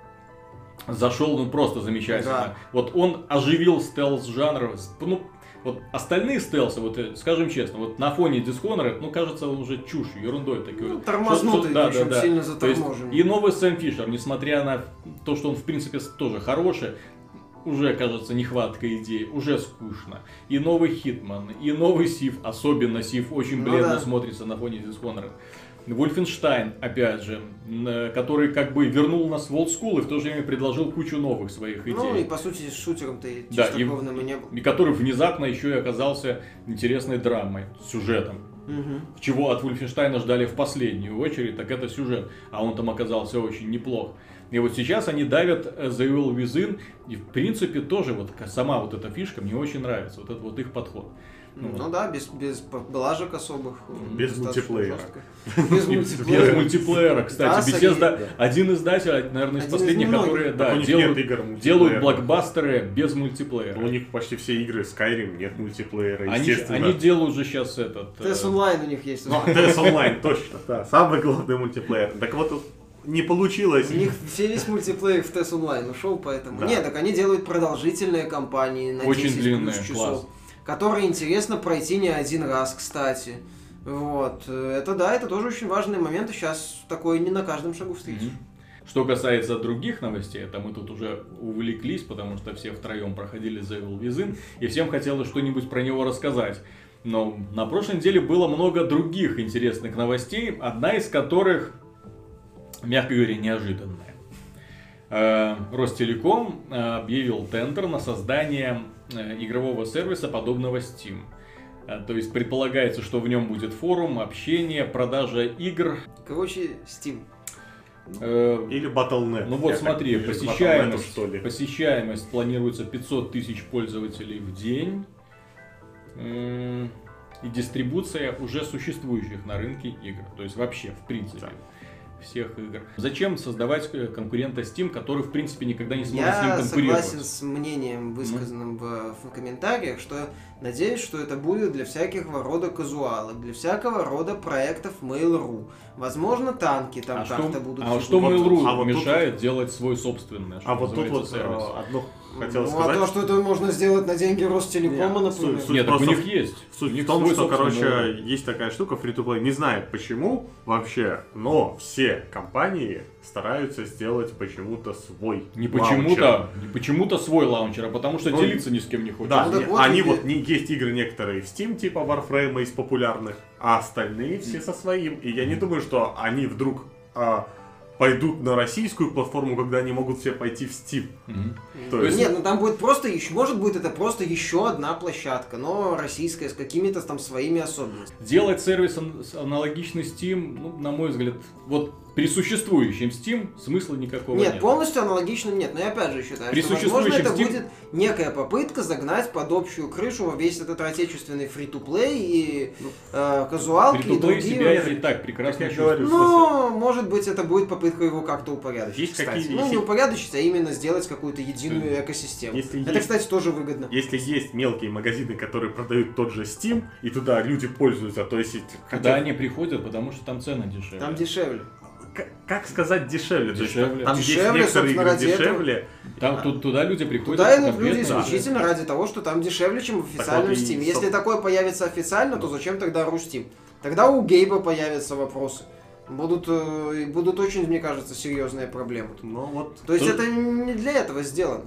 Зашел, ну просто замечательно. Да. Вот он оживил стелс-жанр, ну, вот остальные стелсы, вот скажем честно, вот на фоне Dishonored, ну кажется, он уже чушью, ерундой такой. Ну, тормознутый, причем сильно То есть заторможенный. и новый Сэм Фишер, несмотря на то, что он в принципе тоже хороший, уже, кажется, нехватка идей, уже скучно. И новый Хитман, и новый Сив, особенно Сив, очень Ну бледно да. смотрится на фоне Dishonored. Вольфенштайн, опять же, который как бы вернул нас в олдскул и в то же время предложил кучу новых своих идей. Ну и по сути с шутером-то и Да, чистокровным и не был. И который внезапно еще и оказался интересной драмой, сюжетом. Мгм. Чего от Вольфенштайна ждали в последнюю очередь, так это сюжет. А он там оказался очень неплох. И вот сейчас они давят The Evil Within, и в принципе тоже вот сама вот эта фишка мне очень нравится, вот этот вот их подход. Ну да, без блажек особых. Без достаточно мультиплеера. жестко. Без И мультиплеера. без мультиплеера, кстати. Да, Bethesda да. один издатель, наверное, из Один из последних, немногих. которые Так у них нет игр мультиплеера. делают блокбастеры без мультиплеера. У них почти все игры Skyrim нет мультиплеера, Они естественно. делают же сейчас этот... TES онлайн у них есть. Ну, TES Online, точно, да. Самый главный мультиплеер. Так вот, не получилось. У них весь мультиплеер в TES онлайн ушел, поэтому... Да. Нет, так они делают продолжительные кампании на Очень 10 длинные, плюс класс. часов, которые интересно пройти не один раз, кстати. Вот. Это да, это тоже очень важные моменты. Сейчас такое не на каждом шагу встретишь. Мгм. Что касается других новостей, это мы тут уже увлеклись, потому что все втроем проходили The Evil Within, и всем хотелось что-нибудь про него рассказать. Но на прошлой неделе было много других интересных новостей, одна из которых, мягко говоря, неожиданная. Ростелеком объявил тендер на создание игрового сервиса, подобного Steam. То есть предполагается, что в нем будет форум, общение, продажа игр. Короче, Steam. Или Battle.net. Ну вот Я смотри, так вижу, Battle.net, что ли. посещаемость планируется 500 тысяч пользователей в день. И дистрибуция уже существующих на рынке игр. То есть вообще, в принципе. Да. Всех игр. Зачем создавать конкурента Steam, который, в принципе, никогда не сможет с ним конкурировать? Я согласен с мнением, высказанным в комментариях, что надеюсь, что это будет для всякого рода казуалок, для всякого рода проектов Mail.ru. Возможно, танки там как-то будут. А что Mail.ru мешает делать свой собственный? А вот тут вот одно хотел сказать. А то, что это можно сделать на деньги Ростелекома, например. Нет, так у них есть. Суть в том, что, короче, есть такая штука, free-to-play, не знаю почему вообще, но все компании стараются сделать почему-то свой Не почему-то свой лаунчер, а потому что делиться ни с кем не хочет. Да, они вот, есть игры некоторые в Steam, типа Warframe из популярных, а остальные все со своим. И я не думаю, что они вдруг пойдут на российскую платформу, когда они могут все пойти в Steam. То есть... Нет, ну там будет просто еще, может быть, это просто еще одна площадка, но российская, с какими-то там своими особенностями. Делать сервис аналогичный Steam, ну, на мой взгляд, вот при существующем Steam смысла никакого нет. Нет, полностью аналогичным нет, но я опять же считаю, при что возможно это Steam... будет некая попытка загнать под общую крышу весь этот отечественный фри-то-плей и казуалки и другие. Себя и так прекрасно говорю. Но, может быть, это будет попытка его как-то упорядочить, есть кстати. какие... Ну, не упорядочить, а именно сделать какую-то единую экосистему. Это, кстати, тоже выгодно. Если есть мелкие магазины, которые продают тот же Steam, и туда люди пользуются, то есть... Куда они приходят, потому что там цены дешевле. Там дешевле. Как сказать дешевле? Дешевле. Там дешевле, есть некоторые игры дешевле. Туда люди приходят. Туда идут люди исключительно ради того, что там дешевле, чем в официальном Steam. Если такое появится официально, то зачем тогда Рустим? Тогда у Гейба появятся вопросы. Будут очень, мне кажется, серьезные проблемы. Ну, вот. То есть это не для этого сделано.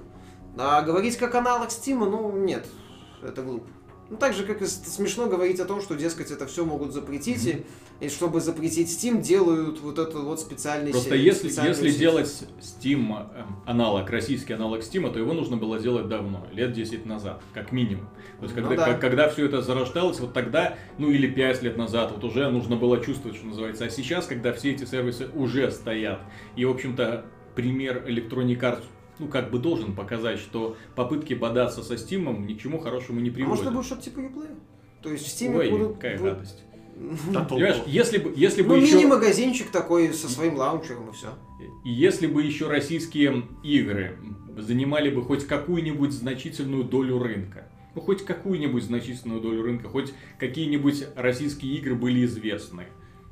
А говорить как аналог Steam, ну нет, это глупо. Ну, так же, как и смешно говорить о том, что, дескать, это все могут запретить, и чтобы запретить Steam, делают вот этот вот специальный Просто если делать Steam аналог, российский аналог Steam, то его нужно было делать давно, лет 10 назад, как минимум. То есть, когда все это зарождалось, вот тогда, ну или 5 лет назад, вот уже нужно было чувствовать, что называется. А сейчас, когда все эти сервисы уже стоят, и, в общем-то, пример Electronic Arts ну, как бы должен показать, что попытки бодаться со Steam ни к чему хорошему не приводят. А может, это будет что-то типа Uplay? То есть в Steam будут... какая радость. Да, понимаешь, если бы еще... мини-магазинчик такой со своим лаунчером и все. И если бы еще российские игры занимали бы хоть какую-нибудь значительную долю рынка, ну, хоть какую-нибудь значительную долю рынка, хоть какие-нибудь российские игры были известны.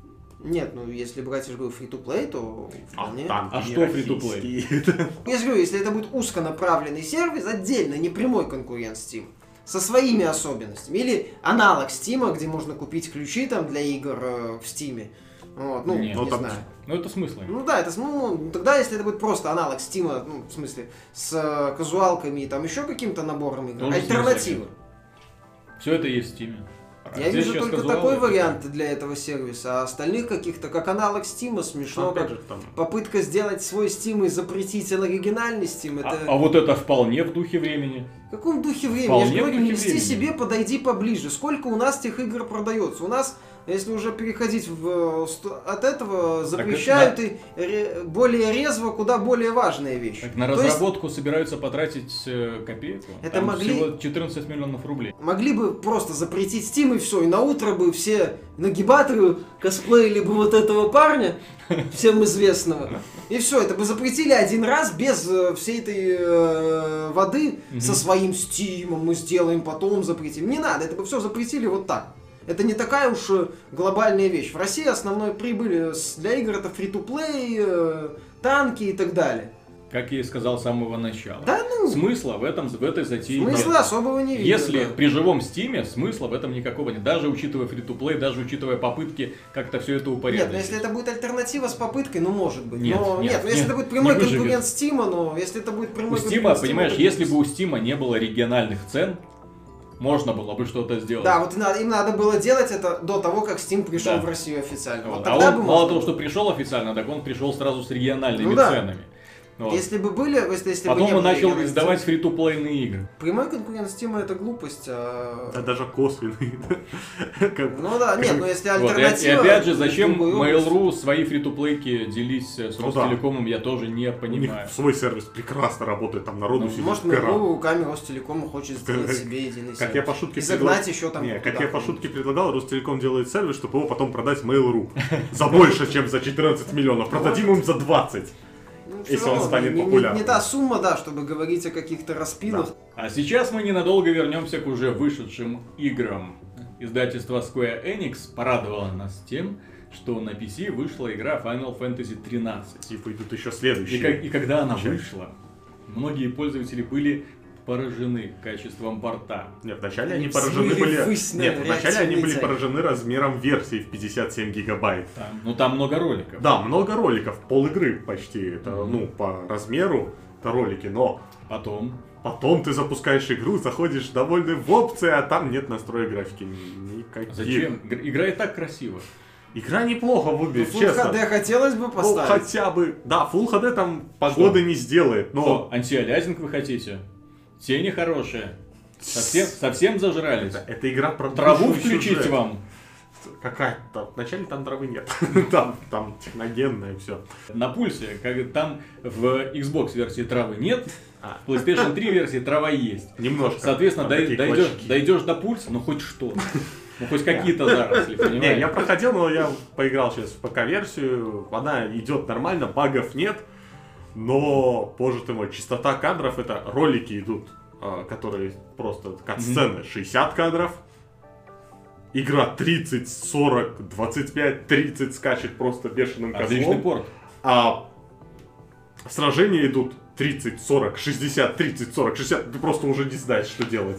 Нет, ну если брать, я же говорю, free-to-play, то вполне. А что free-to-play? Я же говорю, если это будет узконаправленный сервис, отдельно, не прямой конкурент Steam, со своими особенностями. Или аналог Steam, где можно купить ключи там для игр в Steam. Вот, ну, не знаю. Ну, это смысл. Ну да, это тогда, если это будет просто аналог Steam, ну, в смысле, с казуалками и там еще каким-то набором игр, альтернатива. Все это есть в Steam. Я вижу только такой вариант для этого сервиса, а остальных каких-то, как аналог Steam, смешно, как попытка сделать свой Steam и запретить оригинальный Steam. Это... А вот это вполне в духе времени. В каком духе времени? Я же говорю, не льсти себе, подойди поближе. Сколько у нас тех игр продается? У нас, если уже переходить от этого, запрещают и более резво, куда более важные вещи. Так на разработку собираются потратить копейку. Это всего 14 миллионов рублей. Могли бы просто запретить Steam и все, и на утро бы все нагибаторы косплеили бы вот этого парня, всем известного. И все, это бы запретили один раз без всей этой воды со своим Стимом мы сделаем, потом запретим. Не надо, это бы все запретили вот так. Это не такая уж глобальная вещь. В России основной прибыль для игр это free-to-play, танки и так далее. Как я и сказал с самого начала. Да, ну, смысла в этой затее нет. Смысла особого не видно. Если при живом Стиме, смысла в этом никакого нет. Даже учитывая фри-то-плей, даже учитывая попытки как-то все это упорядочить. Нет, но если это будет альтернатива с попыткой, ну может быть. Нет, если это будет прямой конкурент Стима, но если это будет прямой конкурент Стима, понимаешь, если бы у Стима не было региональных цен, можно было бы что-то сделать. Да, вот им надо было делать это до того, как Steam пришел в Россию официально. Вот тогда бы мало того, что пришел официально, так он пришел сразу с региональными ценами. Вот. Если бы были, если бы Потом не он было начал игр, издавать фри-то-плейные игры. прямой конкурент Steam это глупость. Да даже косвенный. Ну да, нет, но если Вот. И альтернатива... опять же, зачем в другой области. Mail.ru свои фри-то-плейки делись с Ну да. Ростелекомом, я тоже не У них понимаю. свой сервис прекрасно работает, там народу Ну, сидит Может, в горах. Mail.ru руками Ростелекома хочет сделать себе единый Как я сервис. по шутке И загнать еще там Не, как куда-то. я по шутке предлагал, Ростелеком делает сервис, чтобы его потом продать Mail.ru. За больше, чем за 14 миллионов. Продадим им за 20. Ну, всё если он равно, станет не популярным. та сумма, да, чтобы говорить о каких-то распилах. А сейчас мы ненадолго вернемся к уже вышедшим играм. Издательство Square Enix порадовало нас тем, что на PC вышла игра Final Fantasy 13. И выйдут еще следующие. И когда она части. вышла, многие пользователи были поражены качеством порта. Нет, вначале Они они поражены взмыли были... ввысь на Нет, вначале они были реактивной поражены размером версии в 57 гигабайт. Там много роликов. Да, много роликов, пол игры почти. Это, ну, по размеру это ролики, но потом ты запускаешь игру, заходишь довольный в опции, а там нет настроек графики никаких. Зачем? Игра и так красива. Игра неплохо выглядит, Full честно. HD хотелось бы Ну, поставить. хотя бы... Да, Full HD там погоды не сделает, но... Что, антиалязинг вы хотите? Тени хорошие. Совсем зажрались. Это игра про Траву душу и включить сюжет. вам. Какая-то. Вначале там травы нет. Там техногенное все. На пульсе, как там в Xbox версии травы нет, в PlayStation 3 версии трава есть. Немножко. Соответственно, Там такие клочки. дойдешь до пульса, ну хоть что. Ну хоть какие-то заросли, Не, понимаешь? я проходил, но я поиграл сейчас в ПК-версию. Она идет нормально, багов нет. Но, боже ты мой, частота кадров, это ролики идут, которые просто кат-сцены 60 кадров. Игра 30, 40, 25, 30 скачет просто бешеным Отличный козлом. порт. А сражения идут 30, 40, 60, 30, 40, 60. Ты просто уже не знаешь, что делать.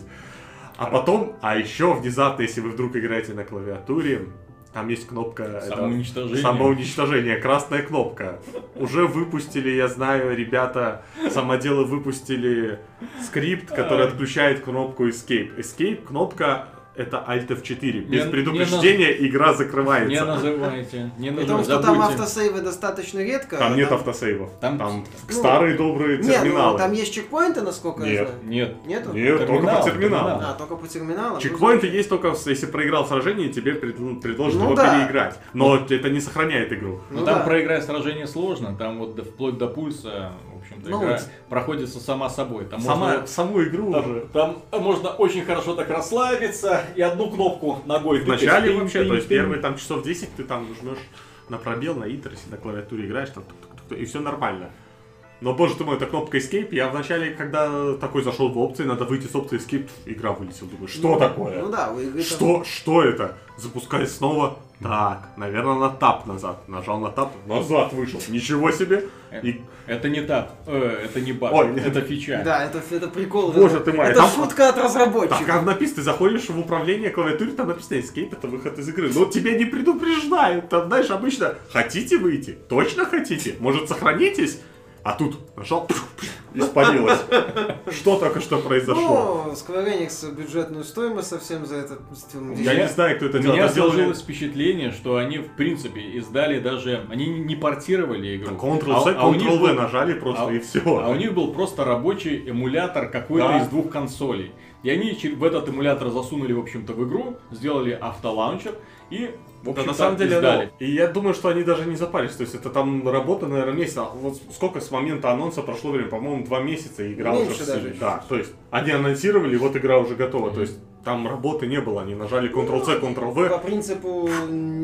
А потом, а еще внезапно, если вы вдруг играете на клавиатуре, там есть кнопка Самоуничтожение. самоуничтожение, красная кнопка. Уже выпустили, я знаю, ребята, самоделы выпустили скрипт, который отключает кнопку Escape. Escape кнопка это Alt F4. Без предупреждения игра закрывается. Не называйте. Не При том, называйте. что там автосейвы достаточно редко. Там нет автосейвов. Там- Там ну, старые добрые Нет, терминалы. ну там есть чекпоинты, насколько я Нет. знаю. Нет. Нету? Нет, только Терминал, по терминалу. терминал. А, только по терминалам? Чекпоинты есть только, если проиграл сражение, тебе предложат Ну его да. переиграть. Но это не сохраняет игру. Ну, Ну там да. проиграть сражение сложно, там вот вплоть до пульса, в общем-то, Ну игра вот. проходится сама собой. Там можно, Саму игру уже. там можно очень хорошо так расслабиться и одну кнопку ногой В начале тыкать. вообще, Тынь, то есть тынь, первые там часов 10 ты там жмешь на пробел, на Enter, если на клавиатуре играешь, там, и все нормально. Но, боже ты мой, это кнопка Escape. Я вначале, когда такой зашел в опции, надо выйти с опции Escape, игра вылетела. Думаю, что такое? Ну да, у игры там- Что это? Запускай снова. Так, наверное, на тап назад. Нажал на тап, назад вышел. Ничего себе. И... Это не так, это не баг, Ой, это фича. Да, это прикол. Боже это, ты мой, это там- шутка от Так, разработчиков. как написано, ты заходишь в управление клавиатуры, там написано Escape, это выход из игры. Но тебя не предупреждают. Там, знаешь, обычно хотите выйти? Точно хотите? Может, сохранитесь? А тут нажал, испарилось. Что только что произошло? Ну, Square Enix бюджетную стоимость совсем за это. Я не знаю, кто это У делал. меня Это сделали- сложилось впечатление, что они в принципе издали даже, они не портировали игру. Ctrl-C, у них Ctrl-V был- нажали просто и все. А у них был просто рабочий эмулятор какой-то Да. из двух консолей. И они в этот эмулятор засунули, в общем-то, в игру, сделали автолаунчер и, в Да, общем-то, на самом деле, издали. и я думаю, что они даже не запарились. То есть это там работа, наверное, месяц. А вот сколько с момента анонса прошло время? По-моему, 2 месяца, и игра Меньше уже даже в Да, то есть они анонсировали, и вот игра уже готова. То есть там работы не было. Они нажали Ctrl-C, По Ctrl-V. принципу,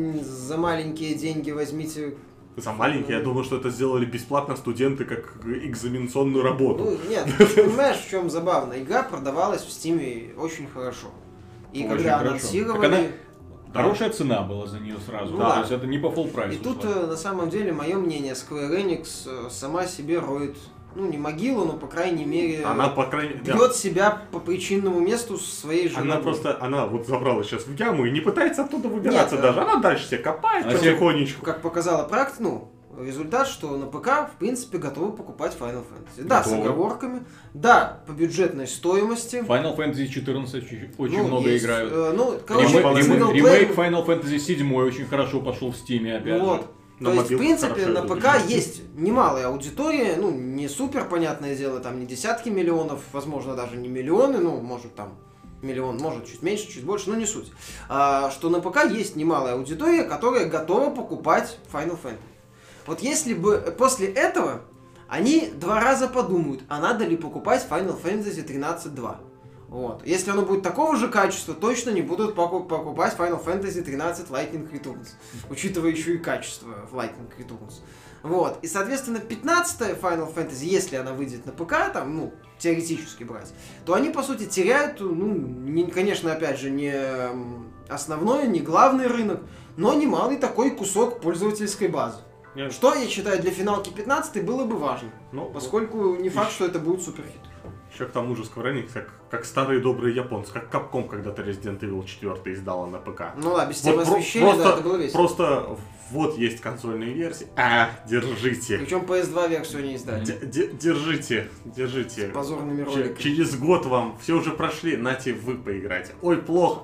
за маленькие деньги возьмите. За маленькие, я думаю, что это сделали бесплатно студенты, как экзаменационную работу. Ну, нет, понимаешь, в чем забавно? Игра продавалась в Steam очень хорошо. И Очень когда хорошо. анонсировали. Так она- Хорошая цена была за нее сразу. Ну да, да. То есть это не по full прайсу. И тут, шло. на самом деле, мое мнение, Square Enix сама себе роет, ну, не могилу, но, по крайней мере, Она, по крайней мере, бьет себя по причинному месту своей же она ногой. просто, она вот забрала сейчас в яму и не пытается оттуда выбираться Нет, даже. Она дальше себе копает Она себе- потихонечку. Как показала практика, ну, результат, что на ПК, в принципе, готовы покупать Final Fantasy. Да, с Готовы. оговорками, да, по бюджетной стоимости. Final Fantasy 14 очень Ну, много есть, играют. ну, короче, Ремейк синглплеер- Ремейк Final Fantasy 7 очень хорошо пошел в Steam опять Вот. же. То есть, в мобилках принципе, хорошо на идут. ПК есть немалая аудитория, ну, не супер, понятное дело, там не десятки миллионов, возможно, даже не миллионы, ну, может, там, миллион, может, чуть меньше, чуть больше, но не суть. Что на ПК есть немалая аудитория, которая готова покупать Final Fantasy. Вот если бы после этого они 2 раза подумают, а надо ли покупать Final Fantasy 13.2. Вот. Если оно будет такого же качества, точно не будут покупать Final Fantasy 13 Lightning Returns, учитывая еще и качество в Lightning Returns. Вот. И, соответственно, 15-я Final Fantasy, если она выйдет на ПК, там, ну, теоретически брать, то они, по сути, теряют, ну, конечно, опять же, не основной, не главный рынок, но немалый такой кусок пользовательской базы. Нет. Что, я считаю, для финалки 15 было бы важно, поскольку не факт, что это будет суперхит. Еще к тому же Square Enix, как старые добрые японцы, как Capcom когда-то Resident Evil 4 издала на ПК. Ну да, без темы освещения, да, это было весело. Просто вот есть консольные версии. Держите. Причем PS2 версию не издали. Держите. С позорными роликами. Через год вам все уже прошли, нате вы поиграйте. Ой, плохо.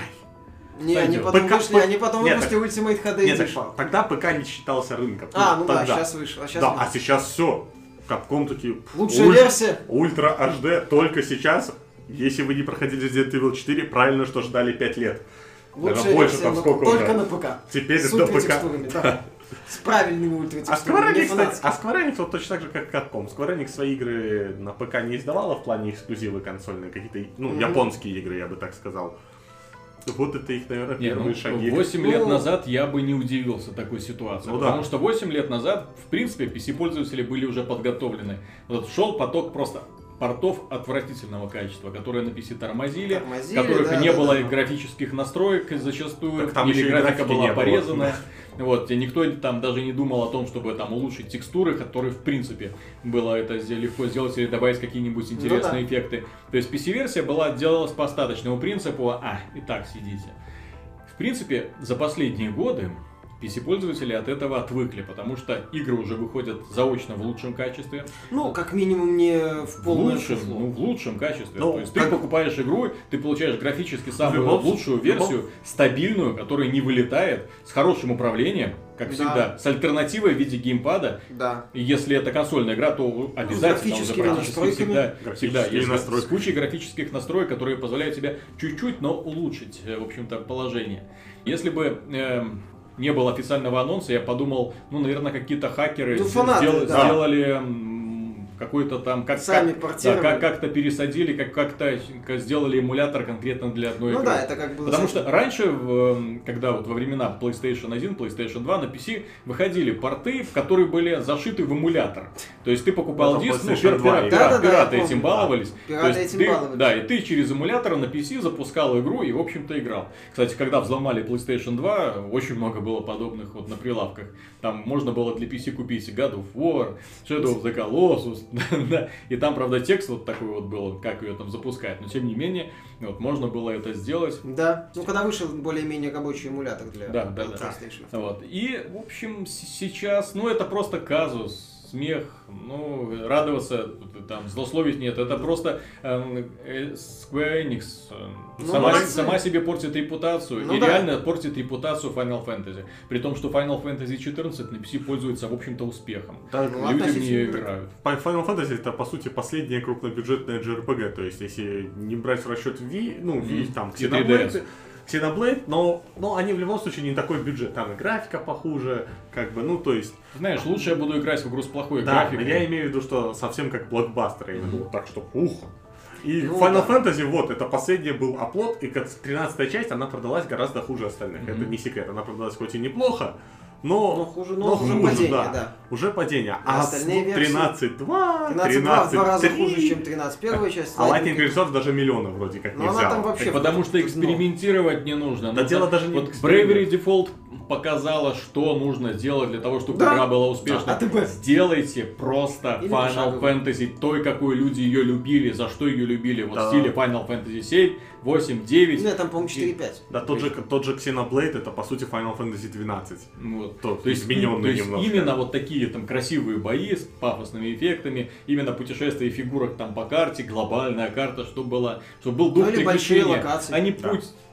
Не, они потом вышли, они потом выпустили Ultimate HD Нет, Edition. тогда ПК не считался рынком. Ну да, Тогда. сейчас вышло. А сейчас все. Capcom такие... Лучшая версия. Ультра HD только сейчас. Если вы не проходили Resident Evil 4, правильно, что ждали 5 лет. Лучшая больше, версия, там но сколько только уже? на ПК. Теперь С до ПК. ультратекстурами, да. С правильными ультратекстурами, не фанатскими. Square Enix вот точно так же, как Capcom. Square Enix свои игры на ПК не издавала в плане эксклюзивы консольные, какие-то, японские игры, я бы так сказал. Вот это их, наверное, первые шаги. 8 лет назад я бы не удивился такой ситуации. Потому что 8 лет назад, в принципе, PC-пользователи были уже подготовлены. Вот шел поток просто портов отвратительного качества, которые на PC тормозили, в которых не было графических настроек зачастую, или графика была порезана. Вот, и никто там даже не думал о том, чтобы там улучшить текстуры, которые в принципе было это легко сделать или добавить какие-нибудь интересные эффекты. То есть PC-версия делалась по остаточному принципу, и так сидите. В принципе, за последние годы PC-пользователи от этого отвыкли, потому что игры уже выходят заочно в лучшем качестве. Ну, как минимум не в полном фуфло. В лучшем качестве. То есть ты покупаешь игру, ты получаешь графически самую лучшую версию, стабильную, которая не вылетает, с хорошим управлением, как всегда, с альтернативой в виде геймпада. Да. И если это консольная игра, то обязательно уже практически всегда есть с кучей графических настроек, которые позволяют тебе чуть-чуть, но улучшить, в общем-то, положение. Если бы не было официального анонса, я подумал, наверное, какие-то хакеры сделали какой-то там, как-то пересадили, как-то сделали эмулятор конкретно для одной игры. Да, это как было. Потому что раньше, когда вот во времена PlayStation 1, PlayStation 2 на PC выходили порты, которые были зашиты в эмулятор. То есть ты покупал диск, пираты этим баловались. Да, и ты через эмулятор на PC запускал игру и, в общем-то, играл. Кстати, когда взломали PlayStation 2, очень много было подобных вот на прилавках. Там можно было для PC купить God of War, Shadow of the Colossus, да, и там, правда, текст вот такой вот был, как ее там запускать, но тем не менее, вот, можно было это сделать. Да, когда вышел более-менее рабочий эмулятор для PlayStation. Вот. И, в общем, сейчас, это просто казус. Смех, радоваться, там, злословить нет, это просто Square Enix сама себе портит репутацию и реально портит репутацию Final Fantasy. При том, что Final Fantasy 14 на PC пользуется, в общем-то, успехом. Люди в нее играют. Final Fantasy это, по сути, последняя крупнобюджетная JRPG, то есть, если не брать в расчет Wii, там, Xenoblade, но они в любом случае не такой бюджет, там и графика похуже, то есть... Знаешь, лучше я буду играть в игру с плохой графикой. Да, я имею в виду, что совсем как блокбастер, именно вот так, что И Final Fantasy, это последний был оплот, и 13-я часть, она продалась гораздо хуже остальных, это не секрет, она продалась хоть и неплохо, но хуже, падение, да. Уже падение. А остальные 13.2, 13.2 в 2 раза хуже, чем 13.1 часть. А Lightning Resource даже миллиона вроде как не взял. Потому что экспериментировать не нужно. Да дело даже не в Bravery Default показала, что нужно сделать для того, чтобы игра была успешной. Сделайте просто Final Fantasy той, какой люди ее любили, за что ее любили. Вот в стиле Final Fantasy 7, 8, 9. Нет, там, по-моему, 4.5. Да, тот же Xenoblade, это по сути Final Fantasy 12. То есть именно вот такие там красивые бои с пафосными эффектами, именно путешествия фигурок там по карте, глобальная карта, чтобы был дух приключения, а не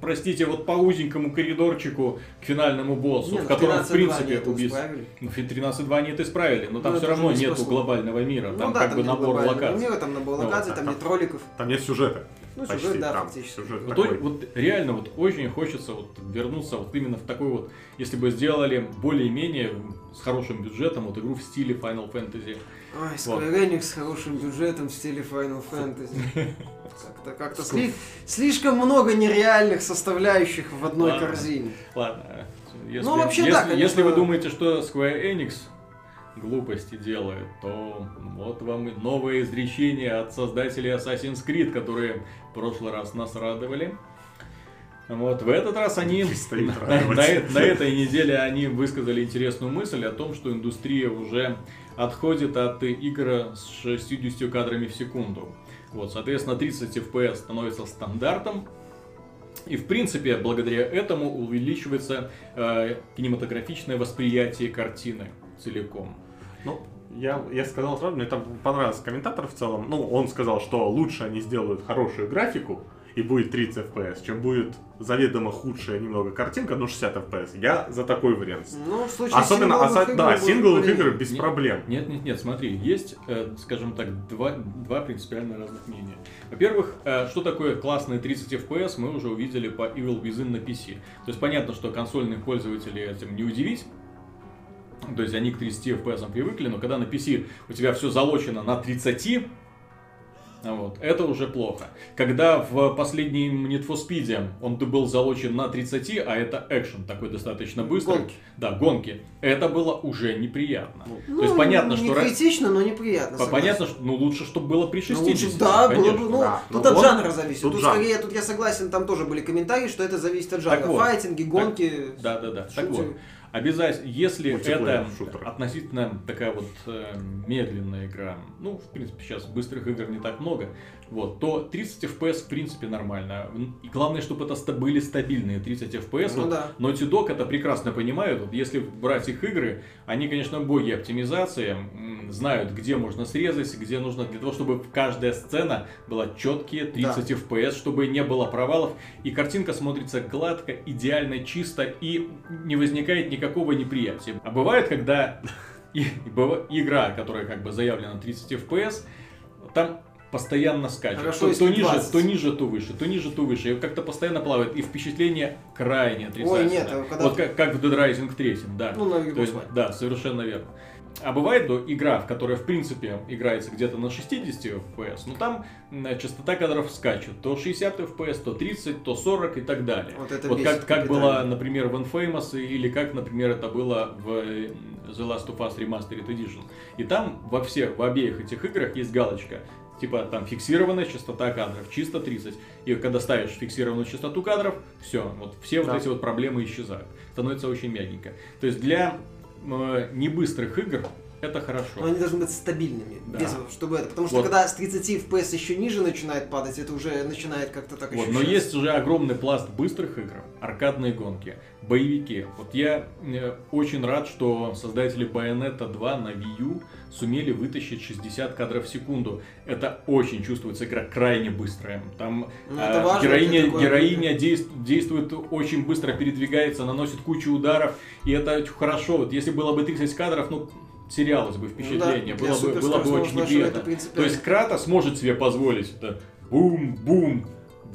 простите, вот по узенькому коридорчику к финальному боссу, в котором, в принципе, убийство. Ну, в 13.2 они это исправили, но там все равно нету глобального мира. Там как бы набор локаций. Мира, там набор локаций, там нет роликов. Там нет сюжета. Ну, почти, сюжет, да, там фактически. сюжет Вот реально вот очень хочется вот вернуться вот именно в такой вот, если бы сделали более-менее с хорошим бюджетом вот игру в стиле Final Fantasy. Ой, Square Enix с хорошим бюджетом в стиле Final Fantasy. Как-то слишком много нереальных составляющих в одной корзине. Ладно. Ну, вообще, да, конечно. Если вы думаете, что Square Enix глупости делает, то вот вам и новое изречение от создателей Assassin's Creed, которые в прошлый раз нас радовали. Вот, в этот раз они, на этой неделе они высказали интересную мысль о том, что индустрия уже отходит от игр с 60 кадрами в секунду. Вот, соответственно, 30 FPS становится стандартом. И, в принципе, благодаря этому увеличивается кинематографичное восприятие картины целиком. Ну, я сказал сразу, мне там понравился комментатор в целом. Ну, он сказал, что лучше они сделают хорошую графику, и будет 30 FPS, чем будет заведомо худшая немного картинка, но 60 FPS. Я за такой вариант. Ну, в случае особенно сингловых игр без проблем. Нет, смотри, есть, скажем так, два принципиально разных мнения. Во-первых, что такое классные 30 FPS, мы уже увидели по Evil Within на PC. То есть понятно, что консольных пользователей этим не удивить. То есть они к 30 FPS привыкли, но когда на PC у тебя все залочено на 30, вот, это уже плохо. Когда в последнем Need for Speed он был залочен на 30, а это экшен такой достаточно быстрый. Гонки. Да, гонки. Это было уже неприятно. То есть понятно, не что... критично, но неприятно. Понятно, что лучше, чтобы было при 60. Лучше, да, было бы, да. Тут от жанра зависит. Тут жанр. скорее, тут я согласен, там тоже были комментарии, что это зависит от жанра. Так вот. Файтинги, гонки. Да. Так вот. Обязательно, если это шутеры. относительно такая вот медленная игра, ну, в принципе, сейчас быстрых игр не так много, вот, то 30 FPS в принципе нормально. И главное, чтобы это были стабильные 30 FPS. Ну, вот, да. Naughty Dog это прекрасно понимают. Вот, если брать их игры, они, конечно, боги оптимизации, знают, где можно срезать, где нужно, для того, чтобы каждая сцена была четкие 30 FPS, чтобы не было провалов, и картинка смотрится гладко, идеально, чисто, и не возникает никакого неприятия. А бывает, когда игра, которая как бы заявлена 30 FPS, там постоянно скачет. Хорошо, то ниже, то выше, то ниже, то выше. И как-то постоянно плавает. И впечатление крайне отрицательное. Ой, нет, когда... Вот как в Dead Rising 3, да. Ну, на То есть, да, совершенно верно. А бывает игра, в которой в принципе играется где-то на 60 FPS, но там частота кадров скачет. То 60 FPS, то 30, то 40 и так далее. Вот это как было, например, в Infamous, или как, например, это было в The Last of Us Remastered Edition. И там в обеих этих играх есть галочка. Типа там фиксированная частота кадров, чисто 30. И когда ставишь фиксированную частоту кадров, все, вот эти вот проблемы исчезают. Становится очень мягенько. То есть для небыстрых игр это хорошо. Но они должны быть стабильными, Да. потому что когда с 30 FPS еще ниже начинает падать, это уже начинает как-то так Вот, ощущаться. но есть уже огромный пласт быстрых игр, аркадные гонки, боевики. Вот я очень рад, что создатели Bayonetta 2 на Wii U сумели вытащить 60 кадров в секунду. Это очень чувствуется, игра крайне быстрая. Там это важно, героиня действует очень быстро, передвигается, наносит кучу ударов. И это хорошо. Вот если было бы 30 кадров, терялось бы впечатление, было бы очень неприятно. То есть Кратос может себе позволить это бум-бум,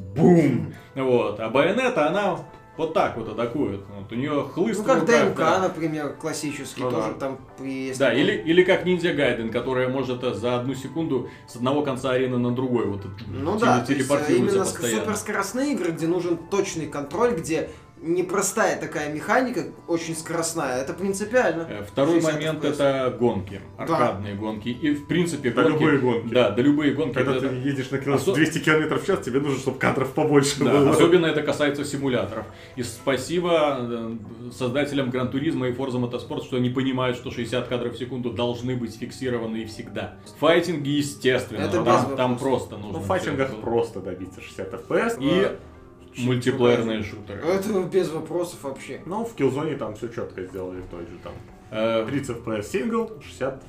бум. Вот. А Байонетта, она вот так вот атакует. Вот. У нее хлыст. Как ДМК, например, классический, тоже там есть. Да, или как Ninja Gaiden, которая может за одну секунду с одного конца арены на другой телепортируется именно постоянно. суперскоростные игры, где нужен точный контроль, где непростая такая механика, очень скоростная, это принципиально. Второй момент это гонки, аркадные гонки. И в принципе любые гонки. Да, любые гонки. Когда ты едешь на 200 км в час, тебе нужно, чтобы кадров побольше было. Особенно это касается симуляторов. И спасибо создателям Gran Turismo и Forza Motorsport, что они понимают, что 60 кадров в секунду должны быть фиксированы и всегда. Файтинги, естественно, это там просто нужно. В файтингах просто добиться 60 FPS. И мультиплеерные шутеры. Это без вопросов вообще. Ну, в Killzone там все четко сделали, той же там. 30 FPS сингл, 60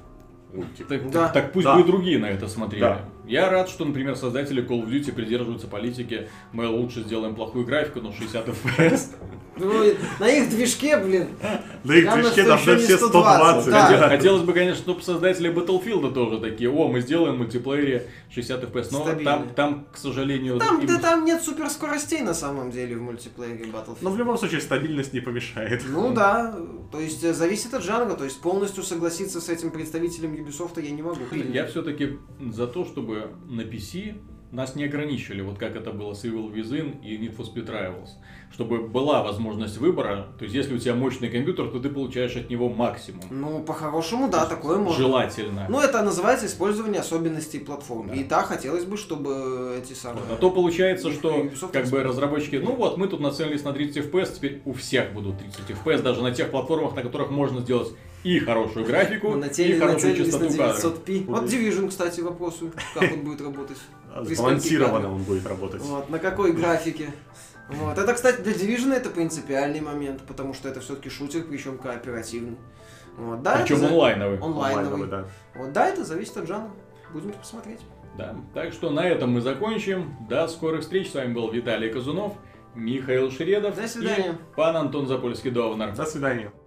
Ой, типа. Так пусть Да. бы и другие на это смотрели. Да. Я рад, что, например, создатели Call of Duty придерживаются политики. Мы лучше сделаем плохую графику, но 60 FPS. Ну, на их движке, блин. На их Главное, движке что должны еще не все 120, 120. да. Хотелось бы, конечно, чтобы создатели Battlefield тоже такие: о, мы сделаем в мультиплеере 60 FPS. Но Стабильно. там, к сожалению... Там, им- да, там нет суперскоростей на самом деле в мультиплеере Battlefield. Но в любом случае стабильность не помешает. Ну да, то есть зависит от жанра, то есть полностью согласиться с этим представителем Ubisoft я не могу. Я все-таки за то, чтобы на PC нас не ограничивали, вот как это было с Evil Within и Need for Speed Rivals. Чтобы была возможность выбора, то есть если у тебя мощный компьютер, то ты получаешь от него максимум. Ну, по-хорошему, да, такое можно. Желательно. Ну, это называется использование особенностей платформ. Да. И да, хотелось бы, чтобы эти самые... А то получается, что Ubisoft как бы разработчики, ну вот мы тут нацелились на 30 FPS, теперь у всех будут 30 FPS, даже на тех платформах, на которых можно сделать и хорошую графику, Мы и хорошую нацелились на частоту кадров. 900p. Вот Division, кстати, вопросы, как он будет работать. При скольких Сбалансированно кадрах? он будет работать. Вот, на какой графике. Вот. Это, кстати, для Division это принципиальный момент, потому что это все-таки шутер, причем кооперативный. Вот. Да, Причем это онлайновый. онлайновый. Да. Вот, да, это зависит от жанра. Будем посмотреть. Да. Так что на этом мы закончим. До скорых встреч. С вами был Виталий Казунов, Михаил Шредов До свидания. и пан Антон Запольский-Довнар. До свидания.